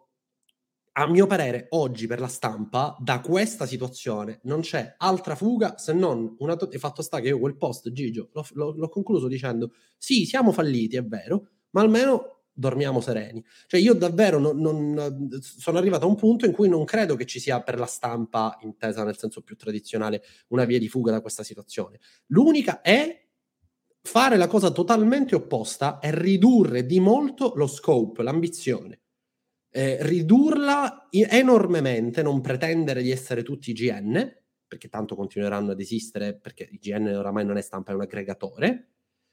a mio parere, oggi per la stampa, da questa situazione non c'è altra fuga se non una... To- e fatto sta che io quel post, Gigio, l'ho, l'ho, l'ho concluso dicendo sì, siamo falliti, è vero, ma almeno dormiamo sereni. Cioè io davvero non, non, sono arrivato a un punto in cui non credo che ci sia per la stampa, intesa nel senso più tradizionale, una via di fuga da questa situazione. L'unica è fare la cosa totalmente opposta e ridurre di molto lo scope, l'ambizione. Eh, ridurla enormemente, non pretendere di essere tutti I G N, perché tanto continueranno ad esistere, perché I G N oramai non è stampa, è un aggregatore.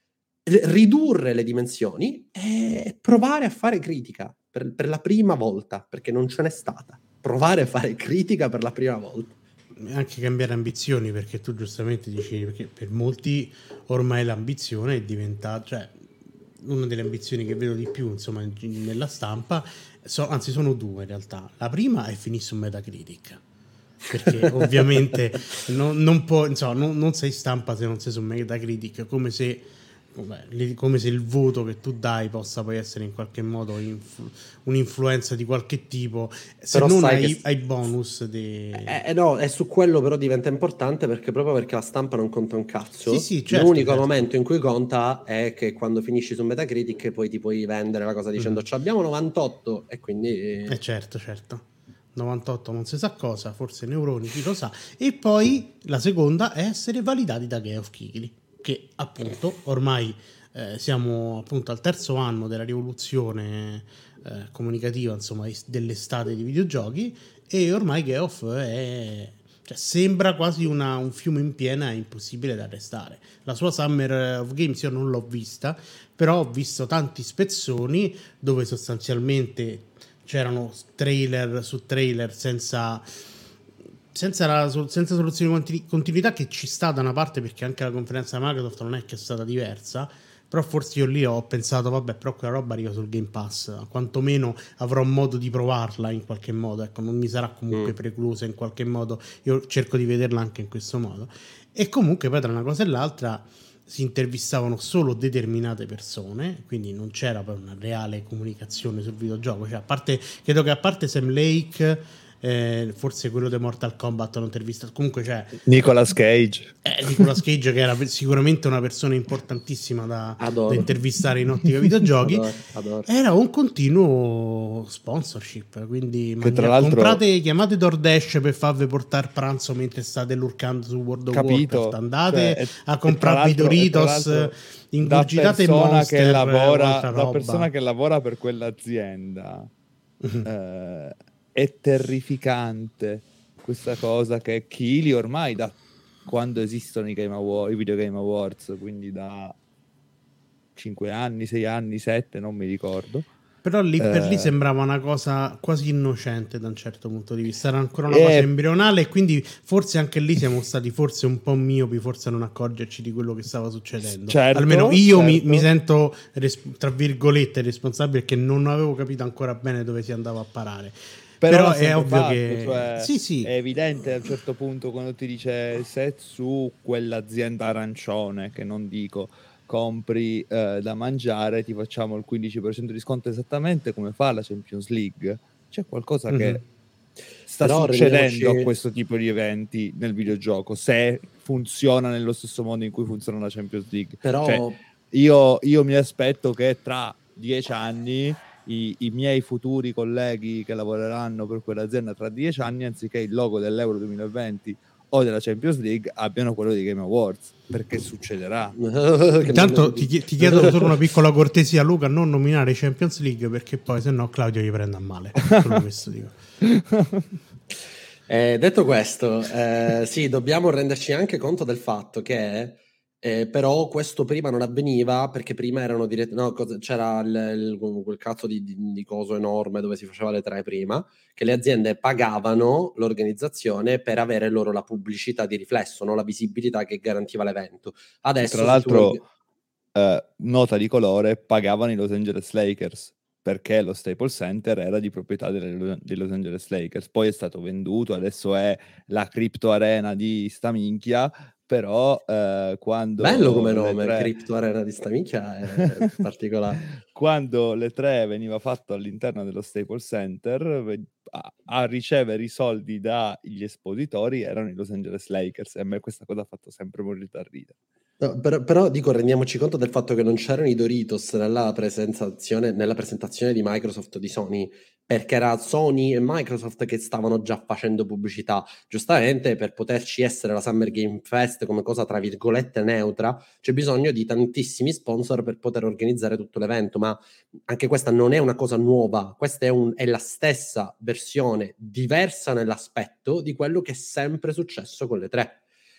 Ridurre le dimensioni e provare a fare critica per, per la prima volta, perché non ce n'è stata. Provare a fare critica per la prima volta. Anche cambiare ambizioni, perché tu giustamente dici, perché per molti ormai l'ambizione è diventata, cioè una delle ambizioni che vedo di più insomma nella stampa, so, anzi sono due in realtà. La prima è finire su Metacritic, perché ovviamente non, non, può, insomma, non, non sei stampa se non sei su Metacritic, come se come se il voto che tu dai possa poi essere in qualche modo influ- un'influenza di qualche tipo, se però non hai, che... hai bonus di... eh, eh, no, e su quello però diventa importante, perché proprio perché la stampa non conta un cazzo. Sì, sì, certo, l'unico certo. momento in cui conta è che quando finisci su Metacritic poi ti puoi vendere la cosa dicendo mm. abbiamo novantotto e quindi eh certo certo novantotto non si sa cosa, forse neuroni, chi lo sa. E poi la seconda è essere validati da Geoff Keighley, che appunto ormai eh, siamo appunto al terzo anno della rivoluzione eh, comunicativa, insomma, dell'estate di videogiochi, e ormai Geoff è, cioè, sembra quasi una, un fiume in piena, è impossibile da arrestare. La sua Summer of Games io non l'ho vista, però ho visto tanti spezzoni dove sostanzialmente c'erano trailer su trailer senza senza, la, senza soluzione di continuità, che ci sta da una parte, perché anche la conferenza di Microsoft non è che è stata diversa, però forse io lì ho pensato, vabbè, però quella roba arriva sul Game Pass, quantomeno avrò modo di provarla in qualche modo, ecco, non mi sarà comunque Mm. preclusa in qualche modo, io cerco di vederla anche in questo modo. E comunque poi tra una cosa e l'altra si intervistavano solo determinate persone, quindi non c'era poi una reale comunicazione sul videogioco, cioè a parte, credo che a parte Sam Lake, eh, forse quello di Mortal Kombat l'ho intervistato, comunque c'è Nicolas Cage. eh, Nicolas Cage, che era sicuramente una persona importantissima da, da Adoro. intervistare in ottica videogiochi. Adoro, adoro. Era un continuo sponsorship, quindi Che tra magna- l'altro- comprate, chiamate DoorDash per farvi portare pranzo mentre state lurcando su World of Capito? Warcraft, andate Cioè, e- a e comprarvi tra l'altro- e tra Doritos, l'altro ingurgitate da persona Monster, che lavora, altra da roba. persona che lavora per quell'azienda eh, è terrificante questa cosa, che Chili ormai da quando esistono i Game Award, i Video Game Awards, quindi da cinque anni, sei anni, sette, non mi ricordo. Però lì per lì Eh, sembrava una cosa quasi innocente da un certo punto di vista, era ancora una Eh, cosa embrionale, e quindi forse anche lì siamo stati forse un po' miopi, forse a non accorgerci di quello che stava succedendo. Certo, Almeno io mi, certo. mi sento, res- tra virgolette, responsabile, perché non avevo capito ancora bene dove si andava a parare. Però, Però l'ha è sempre ovvio fatto, che... cioè, sì, sì. è evidente a un certo punto quando ti dice se su quell'azienda arancione, che non dico, compri eh, da mangiare, ti facciamo il quindici per cento di sconto, esattamente come fa la Champions League. C'è qualcosa Mhm. che sta Però succedendo rendiamoci- a questo tipo di eventi nel videogioco, se funziona nello stesso modo in cui funziona la Champions League. Però Cioè, io, io mi aspetto che tra dieci anni i, i miei futuri colleghi che lavoreranno per quell'azienda tra dieci anni, anziché il logo dell'Euro duemilaventi o della Champions League, abbiano quello dei Game Awards, perché succederà. Che Intanto non- ti, chie- ti chiedo solo una piccola cortesia, Luca, non nominare Champions League, perché poi se no Claudio gli prende a male. Solo questo dico. Eh, detto questo, eh, sì, dobbiamo renderci anche conto del fatto che eh, però questo prima non avveniva, perché prima erano diretti, no, cosa- c'era il, il- quel cazzo di, di, di coso enorme dove si faceva le tre prima, che le aziende pagavano l'organizzazione per avere loro la pubblicità di riflesso, no? La visibilità che garantiva l'evento. Adesso, Tra se tu l'altro, orga- eh, nota di colore, pagavano i Los Angeles Lakers, perché lo Staples Center era di proprietà delle- dei Los Angeles Lakers. Poi è stato venduto, adesso è la cripto arena di sta minchia, però eh, quando bello come le nome, tre- Crypto Arena di sta minchia è particolare. quando le tre veniva fatto all'interno dello Staples Center, ve- a, a ricevere i soldi dagli espositori erano i Los Angeles Lakers, e a me questa cosa ha fatto sempre morire da ridere. No, però, però dico, rendiamoci conto del fatto che non c'erano i Doritos nella presentazione, nella presentazione di Microsoft o di Sony, perché era Sony e Microsoft che stavano già facendo pubblicità. Giustamente, per poterci essere la Summer Game Fest come cosa tra virgolette neutra, c'è bisogno di tantissimi sponsor per poter organizzare tutto l'evento, ma anche questa non è una cosa nuova, questa è, un, è la stessa versione, diversa nell'aspetto di quello che è sempre successo con le tre.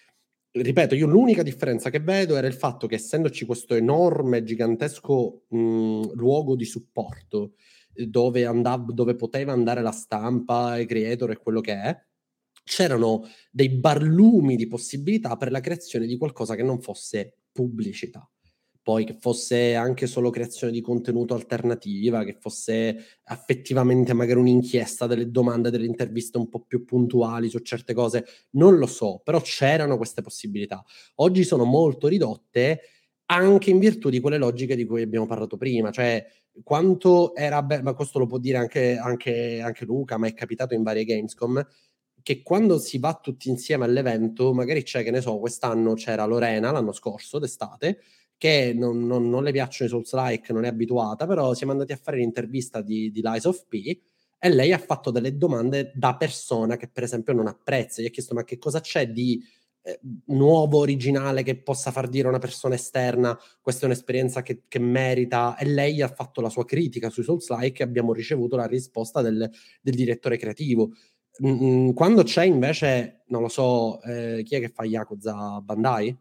Ripeto, io l'unica differenza che vedo era il fatto che, essendoci questo enorme, gigantesco mh, luogo di supporto eh, dove, andava, dove poteva andare la stampa, i creator e quello che è, c'erano dei barlumi di possibilità per la creazione di qualcosa che non fosse pubblicità. Poi che fosse anche solo creazione di contenuto alternativa, che fosse effettivamente magari un'inchiesta, delle domande, delle interviste un po' più puntuali su certe cose, non lo so, però c'erano queste possibilità. Oggi sono molto ridotte, anche in virtù di quelle logiche di cui abbiamo parlato prima, cioè quanto era bello, ma questo lo può dire anche, anche, anche Luca, ma è capitato in varie Gamescom, che quando si va tutti insieme all'evento, magari c'è, che ne so, quest'anno c'era Lorena, l'anno scorso, d'estate, che non, non, non le piacciono i Souls-like, non è abituata, però siamo andati a fare l'intervista di, di Lies of P, e lei ha fatto delle domande da persona che per esempio non apprezza. Gli ha chiesto: ma che cosa c'è di eh, nuovo, originale, che possa far dire a una persona esterna questa è un'esperienza che, che merita? E lei ha fatto la sua critica sui Souls-like e abbiamo ricevuto la risposta del, del direttore creativo. Mm, quando c'è invece, non lo so, eh, chi è che fa Yakuza? Bandai?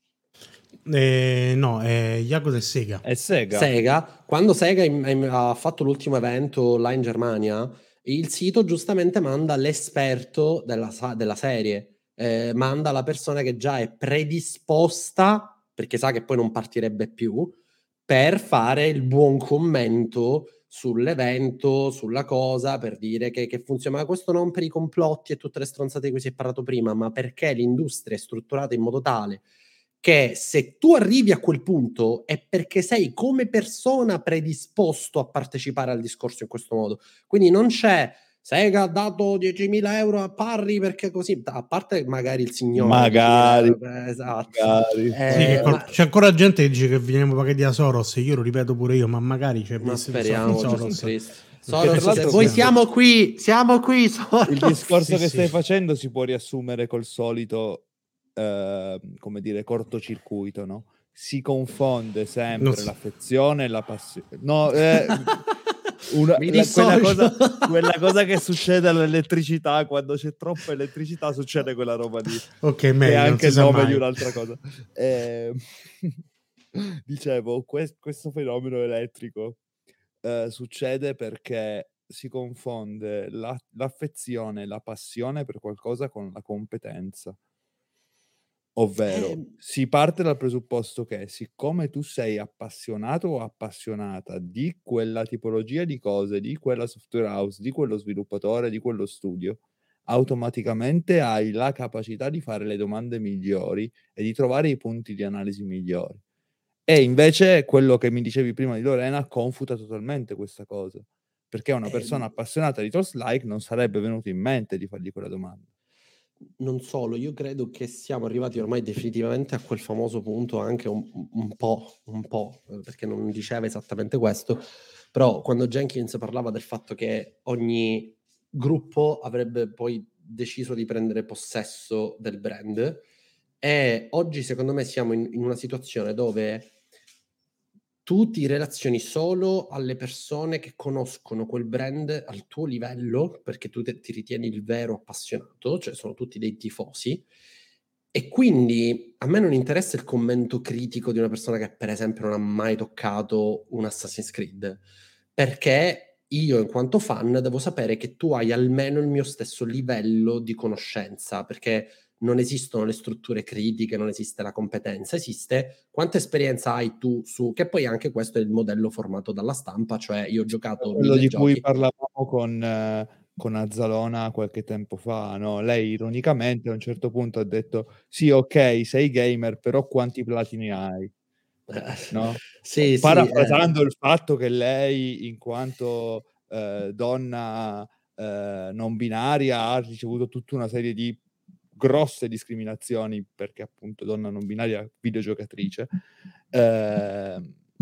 Eh, no, è Yakuza e Sega. È Sega. Sega, quando Sega in- in- ha fatto l'ultimo evento là in Germania, Il sito giustamente manda l'esperto della, della serie, eh, manda la persona che già è predisposta, perché sa che poi non partirebbe più, per fare il buon commento sull'evento, sulla cosa, per dire che, che funziona. Ma questo non per i complotti e tutte le stronzate di cui si è parlato prima, ma perché l'industria è strutturata in modo tale che se tu arrivi a quel punto è perché sei come persona predisposto a partecipare al discorso in questo modo. Quindi non c'è Sega ha dato diecimila euro a Parry perché così, a parte magari il signore magari, euro, eh, esatto. magari. Eh, Sì, che qual- ma, c'è ancora gente che dice che veniamo pagati da Soros, io lo ripeto pure io, ma magari c'è ma visto speriamo, Gesù Soros. Cristo. Perché Soros, tra l'altro voi questo- siamo qui, siamo qui, Soros. Il discorso Sì, che sì. stai facendo si può riassumere col solito, eh, come dire, cortocircuito, no? Si confonde sempre Non so. l'affezione e la passione. No, eh, una- Mi la- quella, dissocio. cosa, quella cosa che succede all'elettricità, quando c'è troppa elettricità succede quella roba lì. Ok, Che è meglio, non anche si il sa nome mai. di un'altra cosa. Eh, dicevo, que- questo fenomeno elettrico eh, succede perché si confonde la- l'affezione, la passione per qualcosa con la competenza. Ovvero, Eh, si parte dal presupposto che siccome tu sei appassionato o appassionata di quella tipologia di cose, di quella software house, di quello sviluppatore, di quello studio, automaticamente hai la capacità di fare le domande migliori e di trovare i punti di analisi migliori. E invece quello che mi dicevi prima di Lorena confuta totalmente questa cosa, perché una eh, persona appassionata di Souls-like non sarebbe venuto in mente di fargli quella domanda. Non solo, io credo che siamo arrivati ormai definitivamente a quel famoso punto anche un, un po', un po', eh, perché non diceva esattamente questo, però quando Jenkins parlava del fatto che ogni gruppo avrebbe poi deciso di prendere possesso del brand, e oggi secondo me siamo in, in una situazione dove tu ti relazioni solo alle persone che conoscono quel brand al tuo livello, perché tu te, ti ritieni il vero appassionato, cioè sono tutti dei tifosi, e quindi a me non interessa il commento critico di una persona che per esempio non ha mai toccato un Assassin's Creed, perché io in quanto fan devo sapere che tu hai almeno il mio stesso livello di conoscenza, perché non esistono le strutture critiche, non esiste la competenza, esiste quanta esperienza hai tu su, che poi anche questo è il modello formato dalla stampa, cioè io ho giocato Quello mille di cui giochi. parlavamo con, eh, con Azzalona qualche tempo fa, no? Lei ironicamente a un certo punto ha detto sì, ok, sei gamer, però quanti platini hai? No? Sì, sì, Parafrasando eh. il fatto che lei, in quanto eh, donna eh, non binaria, ha ricevuto tutta una serie di grosse discriminazioni perché appunto donna non binaria videogiocatrice. Eh,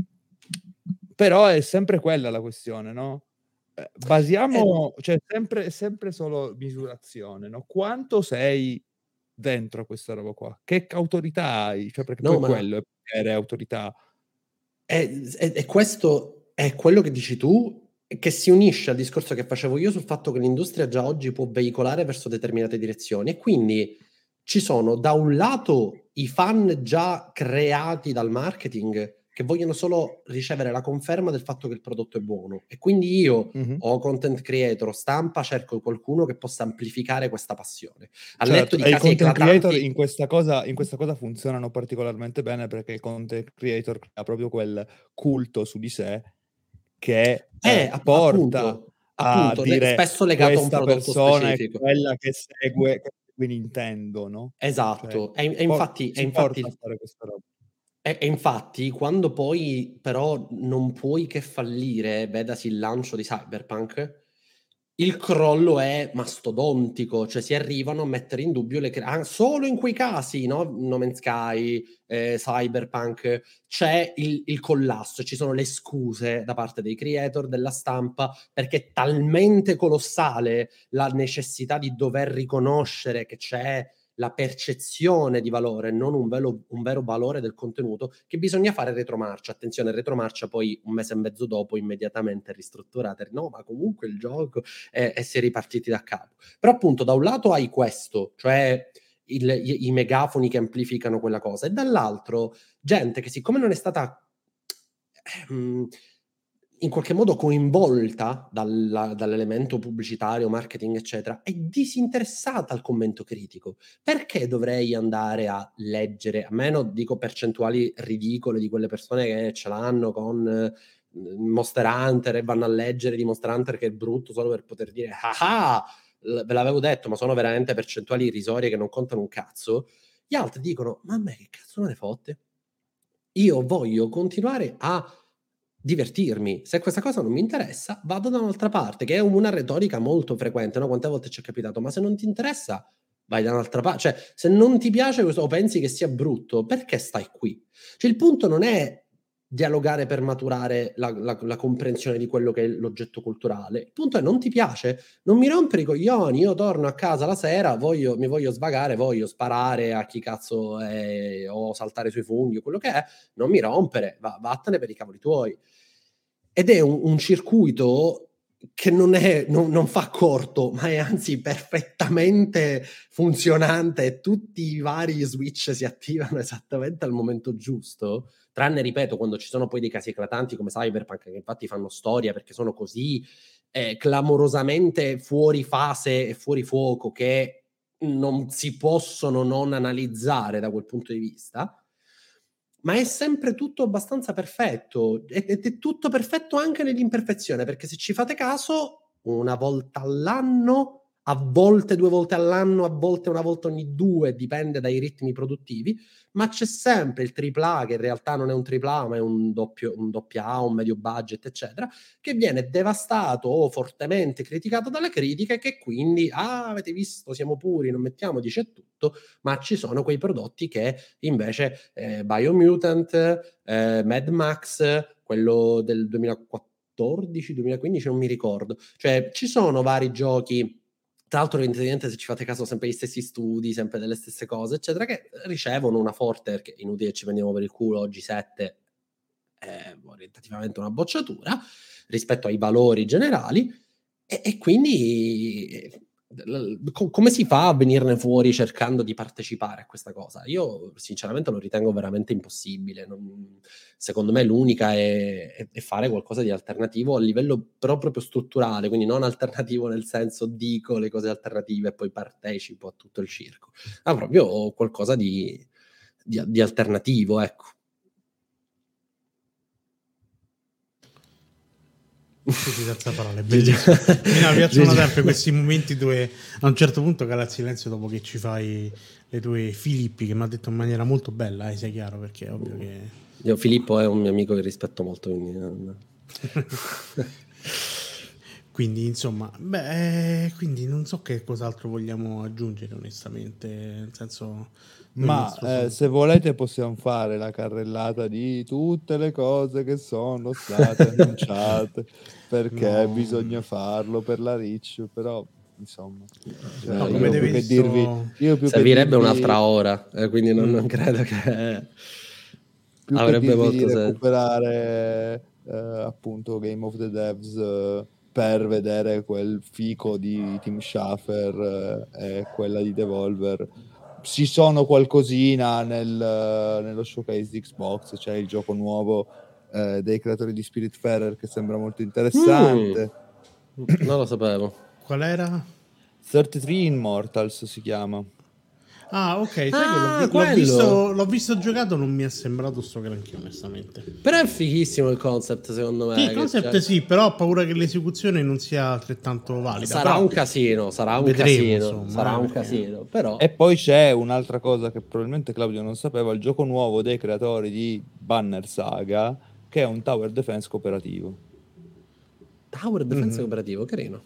però è sempre quella la questione, no? Eh, basiamo, Eh, cioè sempre, sempre solo misurazione, no? Quanto sei dentro a questa roba qua? Che autorità hai? Cioè, perché no, poi ma quello è potere, autorità. E, e- e questo è quello che dici tu, che si unisce al discorso che facevo io sul fatto che l'industria già oggi può veicolare verso determinate direzioni. E quindi ci sono da un lato i fan già creati dal marketing che vogliono solo ricevere la conferma del fatto che il prodotto è buono. E quindi io, Mm-hmm. o content creator o stampa, cerco qualcuno che possa amplificare questa passione. Al Certo, netto di e i casi content eclatanti. creator in questa, cosa, in questa cosa funzionano particolarmente bene perché il content creator ha proprio quel culto su di sé che Eh, eh, app- porta appunto, a appunto, le- dire spesso legato a un questa prodotto persona è specifico. quella che segue, che segue Nintendo, no? Cioè, Esatto, e, e por- infatti, e si porta a infatti, fare questa roba. e, e infatti quando poi però non puoi che fallire, vedasi il lancio di Cyberpunk, il crollo è mastodontico, cioè si arrivano a mettere in dubbio le cre- solo in quei casi, no? No Man's Sky, eh, Cyberpunk, c'è il, il collasso, ci sono le scuse da parte dei creator, della stampa, perché è talmente colossale la necessità di dover riconoscere che c'è la percezione di valore, non un vero, un vero valore del contenuto, che bisogna fare retromarcia. Attenzione, retromarcia poi un mese e mezzo dopo immediatamente ristrutturata. No, ma comunque il gioco e, e si è ripartiti da capo. Però appunto da un lato hai questo, cioè il, i, i megafoni che amplificano quella cosa, e dall'altro gente che siccome non è stata ehm, in qualche modo coinvolta dalla, dall'elemento pubblicitario, marketing, eccetera, è disinteressata al commento critico. Perché dovrei andare a leggere, a meno dico percentuali ridicole di quelle persone che ce l'hanno con eh, Monster Hunter e vanno a leggere di Monster Hunter che è brutto solo per poter dire ah, ve l'avevo detto, ma sono veramente percentuali irrisorie che non contano un cazzo. Gli altri dicono, ma a me che cazzo me ne fotte? Io voglio continuare a divertirmi. Se questa cosa non mi interessa, vado da un'altra parte, che è una retorica molto frequente, no? Quante volte ci è capitato? Ma se non ti interessa, vai da un'altra parte. Cioè, se non ti piace questo o pensi che sia brutto, perché stai qui? Cioè, il punto non è dialogare per maturare la, la, la comprensione di quello che è l'oggetto culturale. Il punto è non ti piace, non mi rompere i coglioni, io torno a casa la sera, voglio, mi voglio svagare, voglio sparare a chi cazzo è, o saltare sui funghi o quello che è, non mi rompere, va, vattene per i cavoli tuoi. Ed è un, un circuito che non, è, non, non fa corto, ma è anzi perfettamente funzionante e tutti i vari switch si attivano esattamente al momento giusto, tranne, ripeto, quando ci sono poi dei casi eclatanti come Cyberpunk, che infatti fanno storia perché sono così eh, clamorosamente fuori fase e fuori fuoco che non si possono non analizzare da quel punto di vista. Ma è sempre tutto abbastanza perfetto ed è tutto perfetto anche nell'imperfezione, perché se ci fate caso, una volta all'anno, a volte due volte all'anno, a volte una volta ogni due, dipende dai ritmi produttivi, ma c'è sempre il tripla A, che in realtà non è un tripla A, ma è un doppio, un doppia A, un medio budget, eccetera, che viene devastato o fortemente criticato dalle critiche, che quindi, ah, avete visto, siamo puri, non mettiamo dice tutto, ma ci sono quei prodotti che invece eh, Biomutant, eh, Mad Max, quello del duemilaquattordici duemilaquindici, non mi ricordo, cioè ci sono vari giochi. Tra l'altro, evidentemente, se ci fate caso, sempre gli stessi studi, sempre delle stesse cose, eccetera, che ricevono una forte, perché inutile ci prendiamo per il culo, G sette è orientativamente una bocciatura rispetto ai valori generali, e, e quindi come si fa a venirne fuori cercando di partecipare a questa cosa? Io sinceramente lo ritengo veramente impossibile. Non, secondo me l'unica è, è fare qualcosa di alternativo a livello però proprio strutturale, quindi non alternativo nel senso dico le cose alternative e poi partecipo a tutto il circo, ma proprio qualcosa di, di, di alternativo, ecco. Sì, senza parole, bellissimo. Mi piacciono sempre questi momenti dove a un certo punto cala il silenzio dopo che ci fai le tue Filippi, che mi ha detto in maniera molto bella, eh, sia chiaro, perché è ovvio che io Filippo è un mio amico che rispetto molto, quindi quindi insomma, beh, quindi non so che cos'altro vogliamo aggiungere onestamente, nel senso, ma eh, se volete possiamo fare la carrellata di tutte le cose che sono state annunciate, perché no, bisogna farlo per la Reach, però insomma, cioè, no, io come più che dirvi, io più servirebbe che dirvi, un'altra ora, eh, quindi non, non credo che più avrebbe che molto di senso recuperare eh, appunto Game of the Devs eh, per vedere quel fico di Tim Schafer eh, e quella di Devolver. Ci sono qualcosina nel, nello showcase di Xbox, c'è cioè il gioco nuovo eh, dei creatori di Spiritfarer che sembra molto interessante. Mm, non lo sapevo. Qual era? trentatré Immortals si chiama. Ah, ok, sai ah, che l'ho, l'ho, visto, l'ho visto giocato, non mi è sembrato sto granché, onestamente. Però è fighissimo il concept, secondo me. Sì, il concept c'è. Sì, però ho paura che l'esecuzione non sia altrettanto valida. Sarà però un casino, sarà un vedremo, casino, insomma, sarà eh, un perché... casino, però... E poi c'è un'altra cosa che probabilmente Claudio non sapeva, il gioco nuovo dei creatori di Banner Saga, che è un tower defense cooperativo. Tower defense mm-hmm. cooperativo, carino.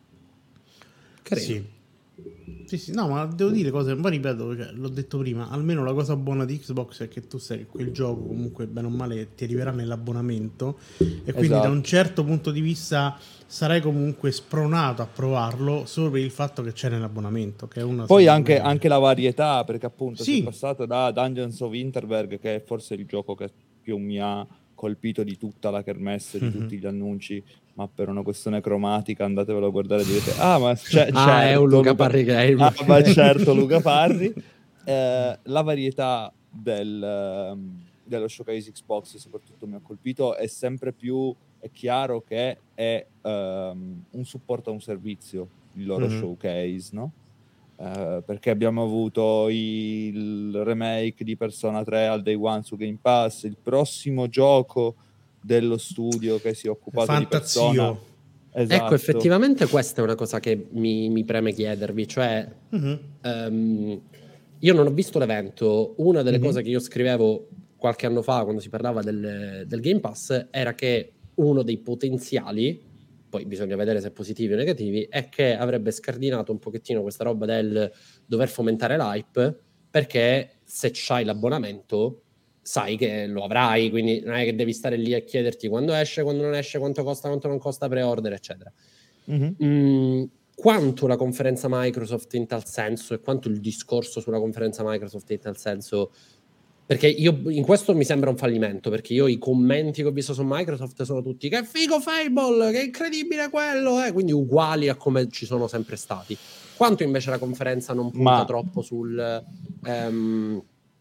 Carino. Sì. Sì, sì, no, ma devo dire cose, poi ripeto, cioè, l'ho detto prima, almeno la cosa buona di Xbox è che tu sai che quel gioco comunque bene o male ti arriverà nell'abbonamento e quindi esatto. Da un certo punto di vista sarai comunque spronato a provarlo solo per il fatto che c'è nell'abbonamento, che è una poi anche, anche la varietà, perché appunto sì. si è passato da Dungeons of Winterberg, che è forse il gioco che più mi ha colpito di tutta la kermesse, di mm-hmm. tutti gli annunci, ma per una questione cromatica andatevelo a guardare e direte ah ma c'è, ah, certo, è un Luca, Luca Parri game ah, ma certo Luca Parri eh, la varietà del, um, dello showcase Xbox soprattutto mi ha colpito, è sempre più è chiaro che è um, un supporto a un servizio, il loro mm-hmm. showcase, no? Uh, perché abbiamo avuto il remake di Persona tre al day one su Game Pass, il prossimo gioco dello studio che si è occupato Fantazio. di Persona. Esatto. Ecco, effettivamente questa è una cosa che mi, mi preme chiedervi, cioè mm-hmm. um, io non ho visto l'evento, una delle mm-hmm. cose che io scrivevo qualche anno fa quando si parlava del, del Game Pass era che uno dei potenziali, poi bisogna vedere se positivi o negativi, è che avrebbe scardinato un pochettino questa roba del dover fomentare l'hype, perché se c'hai l'abbonamento sai che lo avrai, quindi non è che devi stare lì a chiederti quando esce, quando non esce, quanto costa, quanto non costa, pre-order, eccetera. Mm-hmm. Mm, quanto la conferenza Microsoft in tal senso e quanto il discorso sulla conferenza Microsoft in tal senso, perché io in questo mi sembra un fallimento, perché io i commenti che ho visto su Microsoft sono tutti che figo Fable, che incredibile quello, eh? Quindi uguali a come ci sono sempre stati. Quanto invece la conferenza non punta Ma... troppo sul um,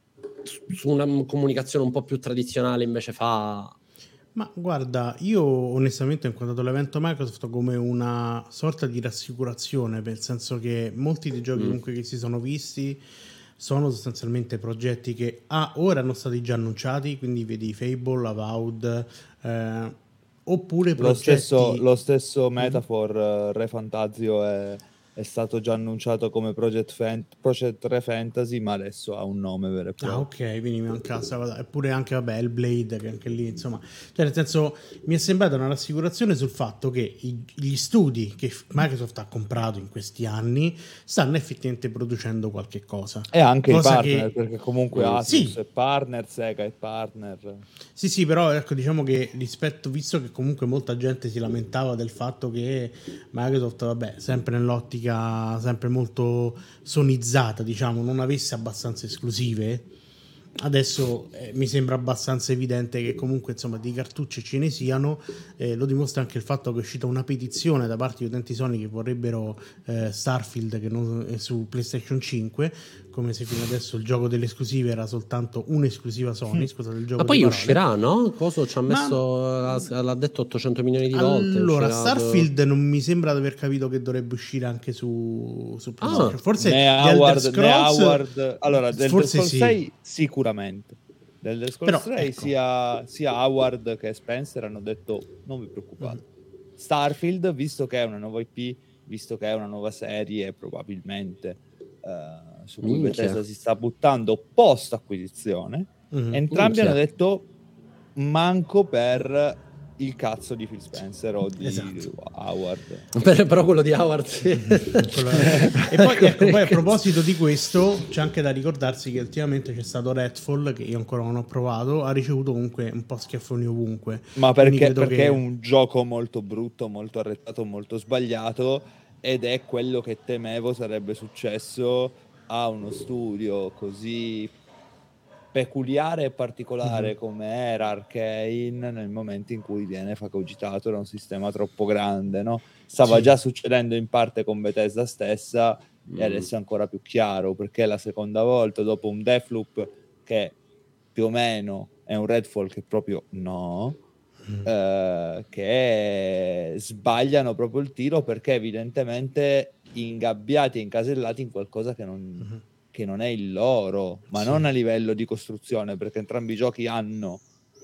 su una comunicazione un po' più tradizionale invece fa... Ma guarda, io onestamente ho incontrato l'evento Microsoft come una sorta di rassicurazione, nel senso che molti dei giochi mm. comunque che si sono visti sono sostanzialmente progetti che ah, ora erano stati già annunciati, quindi vedi Fable, Avowed, eh, oppure progetti... Lo stesso, lo stesso Metaphor, mm-hmm. uh, Re Fantazio è... è stato già annunciato come Project, Fant- Project Re Fantasy, ma adesso ha un nome vero e proprio. Ah, ok, quindi mi manca questa cosa. Eppure anche, vabbè, Hellblade, che anche lì, insomma... Cioè, nel senso, mi è sembrata una rassicurazione sul fatto che i, gli studi che Microsoft ha comprato in questi anni stanno effettivamente producendo qualche cosa. E anche cosa i partner, che... perché comunque Asus sì. è partner, Sega è partner. Sì, sì, però ecco, diciamo che rispetto, visto che comunque molta gente si lamentava del fatto che Microsoft, vabbè, sempre nell'ottica sempre molto sonizzata, diciamo, non avesse abbastanza esclusive, adesso eh, mi sembra abbastanza evidente che comunque insomma di cartucce ce ne siano. Eh, lo dimostra anche il fatto che è uscita una petizione da parte di utenti Sony che vorrebbero eh, Starfield che non è su PlayStation cinque, come se fino adesso il gioco delle esclusive era soltanto un'esclusiva Sony. Scusate il gioco. Ma poi di uscirà, no? Coso ci ha messo, Ma... l'ha detto ottocento milioni di volte. Allora, Starfield non mi sembra di aver capito che dovrebbe uscire anche su, su PlayStation. Ah, forse ne Howard, ne Howard, allora del forse Scrolls sì. sei sicuramente. Del Scrolls Però, sei ecco. sia, sia Howard che Spencer hanno detto non vi preoccupate. Mm. Starfield, visto che è una nuova I P, visto che è una nuova serie, probabilmente uh, su cui Minchia. Bethesda si sta buttando post acquisizione, mm-hmm. entrambi Minchia. hanno detto manco per il cazzo di Phil Spencer o di esatto. Howard. Per, però quello di Howard sì. E poi, ecco, poi a proposito di questo c'è anche da ricordarsi che ultimamente c'è stato Redfall, che io ancora non ho provato, ha ricevuto comunque un po' schiaffoni ovunque. Ma perché, perché che... è un gioco molto brutto, molto arretrato, molto sbagliato, ed è quello che temevo sarebbe successo a uno studio così peculiare e particolare mm-hmm. come era Arcane nel momento in cui viene fagocitato da un sistema troppo grande, no? Stava sì. già succedendo in parte con Bethesda stessa mm. e adesso è ancora più chiaro, perché è la seconda volta dopo un Deathloop che più o meno è un Redfall che proprio no, mm. eh, che sbagliano proprio il tiro perché evidentemente ingabbiati e incasellati in qualcosa che non... Mm-hmm. che non è il loro, ma sì. non a livello di costruzione, perché entrambi i giochi hanno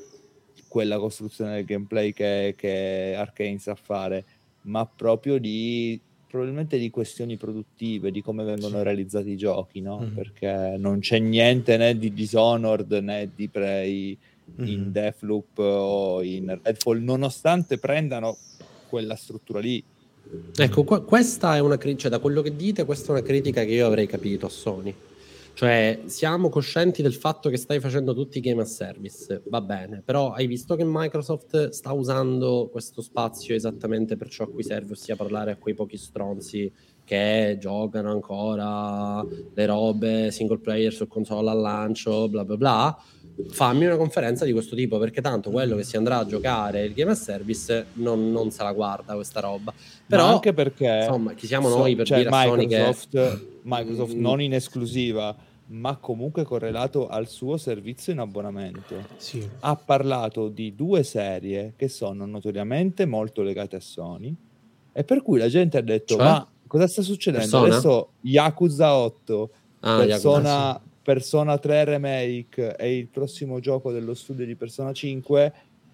quella costruzione del gameplay che, che Arcane sa fare, ma proprio di probabilmente di questioni produttive, di come vengono sì. realizzati i giochi, no? Mm-hmm. Perché non c'è niente né di Dishonored né di Prey mm-hmm. in Deathloop o in Redfall, nonostante prendano quella struttura lì. Ecco, qua, questa è una critica, cioè, da quello che dite, questa è una critica che io avrei capito a Sony. Cioè, siamo coscienti del fatto che stai facendo tutti i game as service, va bene, però hai visto che Microsoft sta usando questo spazio esattamente per ciò a cui serve, ossia parlare a quei pochi stronzi che giocano ancora le robe single player su console al lancio, bla bla bla. Fammi una conferenza di questo tipo, perché tanto quello che si andrà a giocare il game as service non, non se la guarda questa roba. Però ma anche perché insomma chi siamo so, noi per cioè dire a Sony Microsoft, che Microsoft mm, non in esclusiva ma comunque correlato al suo servizio in abbonamento. Sì. Ha parlato di due serie che sono notoriamente molto legate a Sony, e per cui la gente ha detto: Cioè? ma cosa sta succedendo? Persona? Adesso Yakuza otto, Ah, Persona, Yakuza, Persona tre Remake e il prossimo gioco dello studio di Persona cinque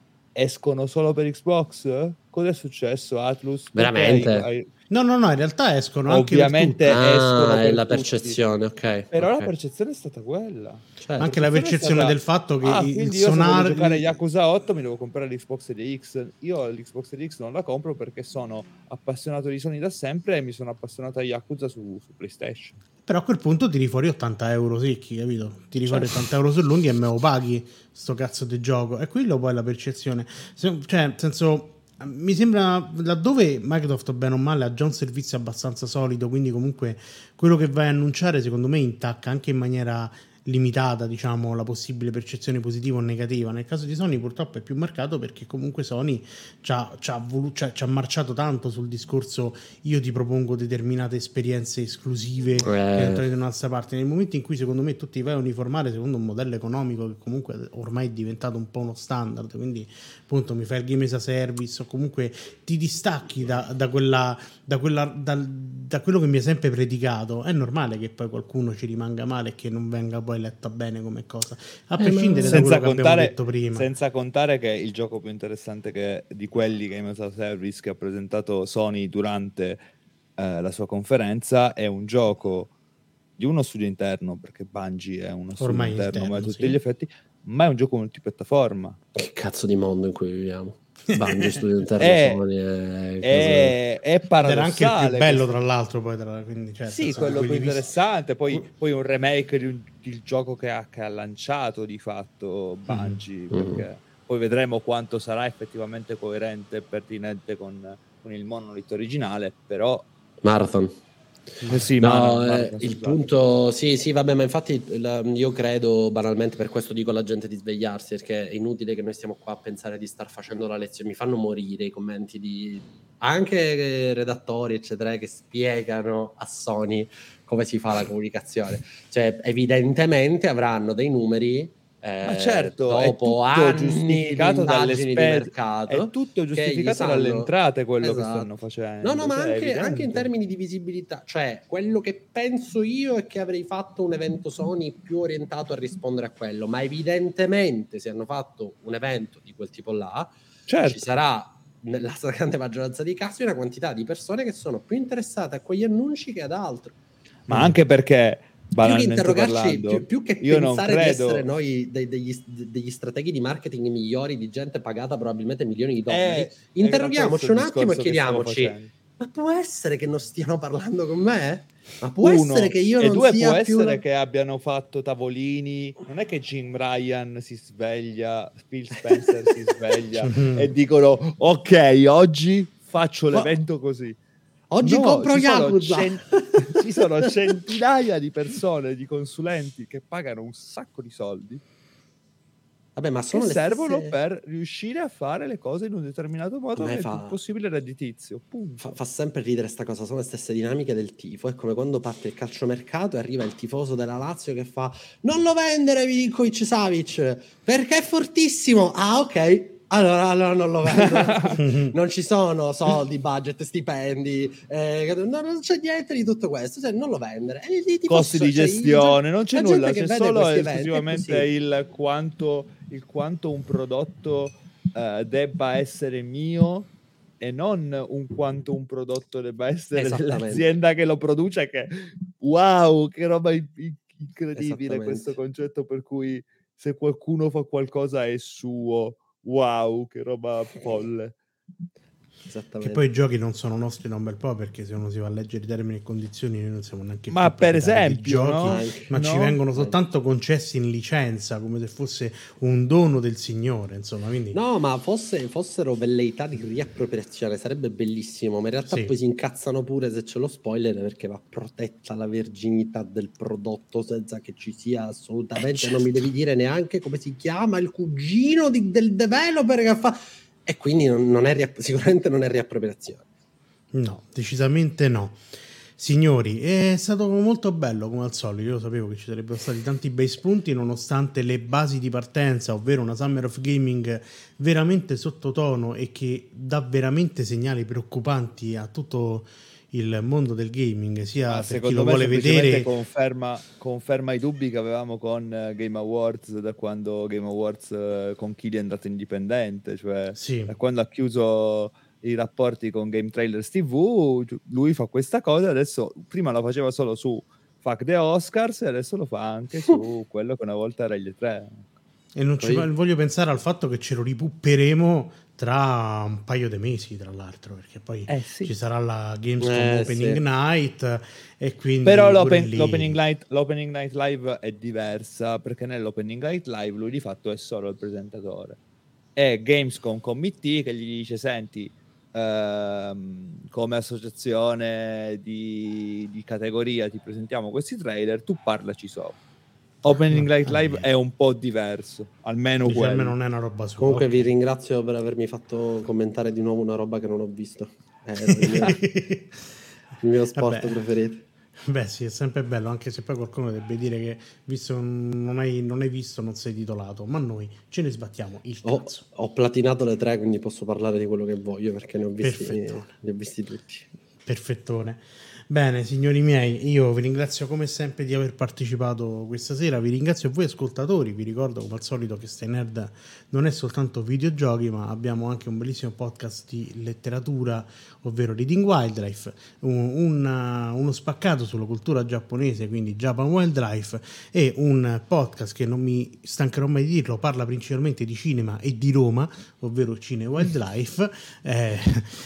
escono solo per Xbox? Cosa è successo, Atlus? Perché veramente? hai- hai- No, no, no, in realtà escono anche per tutti. Ovviamente escono Ah, è per la tutti. percezione, ok. Però ok. la percezione è stata quella. Certo. Anche la percezione è stata- del fatto che ah, il quindi io se sonare- voglio giocare Yakuza otto mi devo comprare l'Xbox Series X. Io l'Xbox Series X non la compro perché sono appassionato di Sony da sempre e mi sono appassionato a Yakuza su, su PlayStation. Però a quel punto tiri fuori ottanta euro secchi, capito? Tiri fuori Certo. ottanta euro sull'unghia e me lo paghi sto cazzo di gioco. E quello poi è la percezione. Se- cioè, nel senso, mi sembra laddove Microsoft, bene o male, ha già un servizio abbastanza solido, quindi comunque quello che vai a annunciare secondo me intacca anche in maniera limitata, diciamo, la possibile percezione positiva o negativa. Nel caso di Sony purtroppo è più marcato perché comunque Sony ci ha, ci ha volu- ci ha- ci ha marciato tanto sul discorso: io ti propongo determinate esperienze esclusive che Eh, entrano in un'altra parte. Nel momento in cui secondo me tu ti vai a uniformare secondo un modello economico che comunque ormai è diventato un po' uno standard, quindi appunto mi fai il game as a service o comunque ti distacchi da, da quella da, quella, da, da quello che mi hai sempre predicato, è normale che poi qualcuno ci rimanga male e che non venga poi letta bene come cosa, a Eh, prescindere da senza quello che abbiamo contare, detto prima. senza contare che il gioco più interessante che, di quelli Game as a Service che ha presentato Sony durante eh, la sua conferenza è un gioco di uno studio interno, perché Bungie è uno studio Ormai interno, interno, ma a tutti sì. gli effetti, ma è un gioco multipiattaforma. che cazzo di mondo in cui viviamo? Bungie, studio interno, È- Sony, eh, È, è Ed era anche il paradossale. più bello, questo- tra l'altro, poi tra, quindi, cioè, Sì, senza- quello da più quelli visti- interessante. Poi, Uh. poi un remake di un, del gioco che ha, che ha lanciato di fatto Bungie, Mm. perché poi vedremo quanto sarà effettivamente coerente e pertinente con, con il monolith originale. Però, Marathon. eh sì, No, ma- eh, ma- il scusate. punto, sì, sì, vabbè, ma infatti la- io credo banalmente, per questo dico alla gente di svegliarsi, perché è inutile che noi stiamo qua a pensare di star facendo la lezione. Mi fanno morire i commenti di anche redattori, eccetera, che spiegano a Sony come si fa la comunicazione. Cioè, evidentemente avranno dei numeri. Eh, Ma certo, è dopo tutto anni di giustificato dalle indagini di spese, mercato, è tutto che gli giustificato sanno- dalle entrate quello che Esatto. stanno facendo. No, no, ma cioè, è anche, evidente. anche in termini di visibilità, cioè quello che penso io è che avrei fatto un evento Sony più orientato a rispondere a quello, ma evidentemente se hanno fatto un evento di quel tipo là, Certo. ci sarà nella stragrande maggioranza dei casi una quantità di persone che sono più interessate a quegli annunci che ad altro. Ma anche perché, Più che banalmente interrogarci, parlando, più, più che io non pensare di credo... essere noi dei- degli, degli strateghi di marketing migliori, di gente pagata probabilmente milioni di dollari, Eh, interroghiamoci è un questo attimo e il discorso che stavo chiediamoci: facendo. ma può essere che non stiano parlando con me? Ma può Uno, essere che io e non due, sia può più essere la- che abbiano fatto tavolini. Non è che Jim Ryan si sveglia, Phil Spencer si sveglia e dicono: ok, oggi faccio Ma- l'evento così. Oggi No, compro ci sono, Yakuza. cen- ci sono centinaia di persone, di consulenti che pagano un sacco di soldi, Vabbè, ma che sono le servono stesse... per riuscire a fare le cose in un determinato modo A me che è fa- il più possibile redditizio. Punto. Fa, fa sempre ridere sta cosa, sono le stesse dinamiche del tifo. È come quando parte il calciomercato e arriva il tifoso della Lazio che fa: non lo vendere Milinkovic Savic perché è fortissimo. Ah, ok, allora, allora non lo vendo. Non ci sono soldi, budget, stipendi, eh, no, non c'è niente di tutto questo, cioè non lo vendere. E i tifosi- Costi di cioè, gestione, i- non c'è la gente nulla, che c'è vede solo questi e eventi è esclusivamente così. il quanto, il quanto un prodotto eh, debba essere mio e non un quanto un prodotto debba essere Esattamente. dell'azienda che lo produce, che wow, che roba in- in- incredibile Esattamente. questo concetto per cui se qualcuno fa qualcosa è suo, wow, che roba folle. Esattamente. Che poi i giochi non sono nostri da un bel po', perché se uno si va a leggere i termini e condizioni noi non siamo neanche Ma più per proprietari di esempio, giochi, no? Anche. ma No? ci vengono soltanto concessi in licenza, come se fosse un dono del Signore, insomma, quindi No, ma fosse, fossero velleità di riappropriazione sarebbe bellissimo, ma in realtà Sì. poi si incazzano pure se c'è lo spoiler, perché va protetta la verginità del prodotto senza che ci sia assolutamente, certo. non mi devi dire neanche come si chiama il cugino di- del developer che fa... E quindi non, non è riapp- sicuramente non è riappropriazione. no, decisamente no. Signori, è stato molto bello come al solito. Io sapevo che ci sarebbero stati tanti bei spunti nonostante le basi di partenza, ovvero una Summer of Gaming veramente sottotono e che dà veramente segnali preoccupanti a tutto il mondo del gaming, sia Ah, per chi lo me vuole vedere. Conferma, conferma i dubbi che avevamo con uh, Game Awards, da quando Game Awards uh, con Kili è andato indipendente, cioè Sì. da quando ha chiuso i rapporti con Game Trailers T V, lui fa questa cosa. Adesso, prima lo faceva solo su Fuck the Oscars e adesso lo fa anche su quello che una volta era il tre. E non Poi- ci fa- voglio pensare al fatto che ce lo ripupperemo tra un paio di mesi, tra l'altro, perché poi Eh, sì. ci sarà la Gamescom Eh, Opening sì. Night e quindi Però pure l'open- lì- l'opening, night, l'opening Night Live è diversa, perché nell'Opening Night Live lui di fatto è solo il presentatore. È Gamescom Committee che gli dice: senti, ehm, come associazione di, di categoria ti presentiamo questi trailer, tu parlaci sopra. Opening Night Ah, Live eh. è un po' diverso, almeno Dice, quello. almeno non è una roba sua. Comunque ok. vi ringrazio per avermi fatto commentare di nuovo una roba che non ho visto. È il mio, il mio sport Vabbè. preferito. Beh sì, è sempre bello, anche se poi qualcuno dovrebbe dire che visto che non hai, non hai visto non sei titolato, ma noi ce ne sbattiamo il Ho, cazzo. ho platinato le tre, quindi posso parlare di quello che voglio perché ne ho visti, Perfetto. li ho visti tutti. Perfettone. Bene, signori miei, io vi ringrazio come sempre di aver partecipato questa sera, vi ringrazio voi ascoltatori, vi ricordo come al solito che Stay Nerd non è soltanto videogiochi, ma abbiamo anche un bellissimo podcast di letteratura, ovvero Reading Wildlife, un, una- uno spaccato sulla cultura giapponese, quindi Japan Wildlife, e un podcast che non mi stancherò mai di dirlo, parla principalmente di cinema e di Roma, ovvero Cine Wildlife, eh,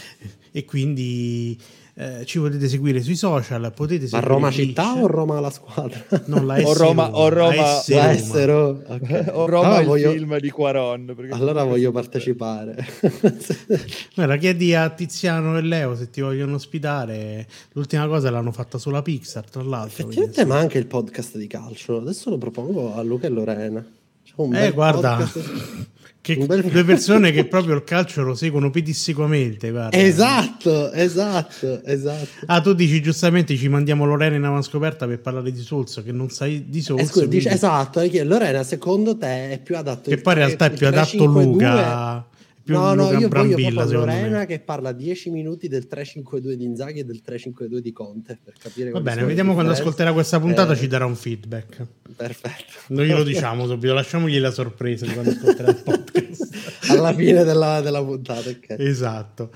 e quindi... Eh, ci potete seguire sui social, potete Ma seguire Roma Twitch. città o Roma la squadra? Non la O S Roma- o Roma- la S La Roma. S Roma, ok. O Roma Allora il voglio- film di Quaron. perché Allora tu- voglio partecipare. Guarda, chiedi a Tiziano e Leo se ti vogliono ospitare. L'ultima cosa l'hanno fatta sulla Pixar, tra l'altro. Effettivamente ma anche il podcast di calcio. Adesso lo propongo a Luca e Lorena. C'è un Eh, bel guarda, podcast. che Un bel- due persone che proprio il calcio lo seguono pedissequamente, guarda. Esatto, esatto, esatto. Ah, tu dici giustamente ci mandiamo Lorena in avanscoperta per parlare di Souls, che non sai di Souls. Eh, scusa, dice- quindi- esatto, perché Lorena, secondo te è più adatto Che il poi in tre- realtà è il più adatto tre cinque due? Luca. Più No, no, Luca io voglio Brambilla, proprio secondo Lorena me. che parla dieci minuti del tre cinque due di Inzaghi e del tre cinque due di Conte per capire Va quali bene, sono le vediamo quando differenze. ascolterà questa puntata Eh, ci darà un feedback. Perfetto. Noi glielo diciamo subito, lasciamogli la sorpresa di quando ascolterà il podcast. Alla fine della, della puntata, ok. Esatto.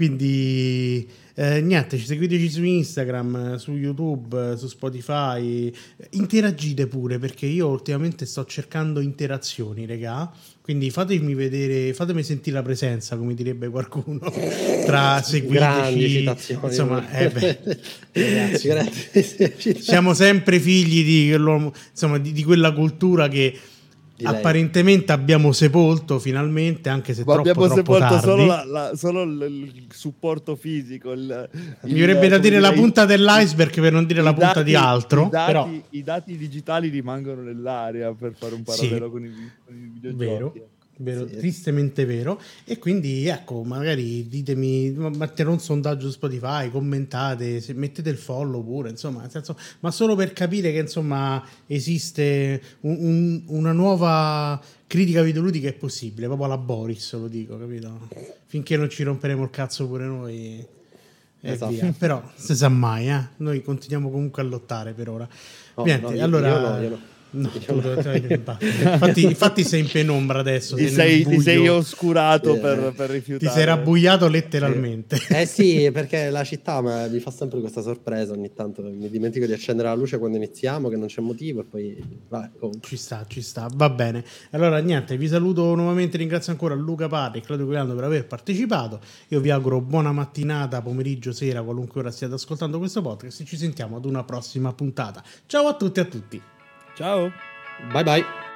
Quindi eh, niente, ci seguiteci su Instagram, su YouTube, su Spotify. Interagite pure perché io ultimamente sto cercando interazioni, regà. Quindi fatemi vedere, fatemi sentire la presenza, come direbbe qualcuno. Tra Grandi seguiteci, citazioni. insomma, eh, beh, ragazzi, Grandi citazioni. siamo sempre figli di, quell'uomo- insomma, di, di quella cultura che Di lei. apparentemente abbiamo sepolto finalmente, anche se Ma troppo, abbiamo troppo sepolto tardi. solo, la- la- solo il, il supporto fisico. Il, Mi il- verrebbe da come dire la dire, punta i- dell'iceberg per non dire i la punta dati- di altro, I dati, però i dati digitali rimangono nell'aria, per fare un Sì. parallelo con, i, con i videogiochi. vero, vero, Sì. tristemente vero. E quindi ecco, magari ditemi, metterò un sondaggio su Spotify, commentate, se mettete il follow pure, insomma, nel senso, ma solo per capire che insomma esiste un- un- una nuova critica videoludica è possibile, proprio alla Boris lo dico, capito? Finché non ci romperemo il cazzo pure noi. E Esatto. via. Però se sa mai, eh? Noi continuiamo comunque a lottare per ora. No, Niente, no, io- allora io no, io no. No, Io tu- no. tu- infatti, infatti sei in penombra adesso. Ti sei nel sei, ti sei buio. oscurato Sì, per, eh. per Ti rifiutare. sei rabbuiato letteralmente. Eh sì, perché la città ma, mi fa sempre questa sorpresa ogni tanto. Mi dimentico di accendere la luce quando iniziamo, che non c'è motivo, e poi vai, comunque. Ci sta, ci sta, va bene. Allora niente, vi saluto nuovamente, ringrazio ancora Luca Parri e Claudio Cogliando per aver partecipato. Io vi auguro buona mattinata, pomeriggio, sera, qualunque ora stiate ascoltando questo podcast e ci sentiamo ad una prossima puntata. Ciao a tutti e a tutti. Ciao. Bye bye.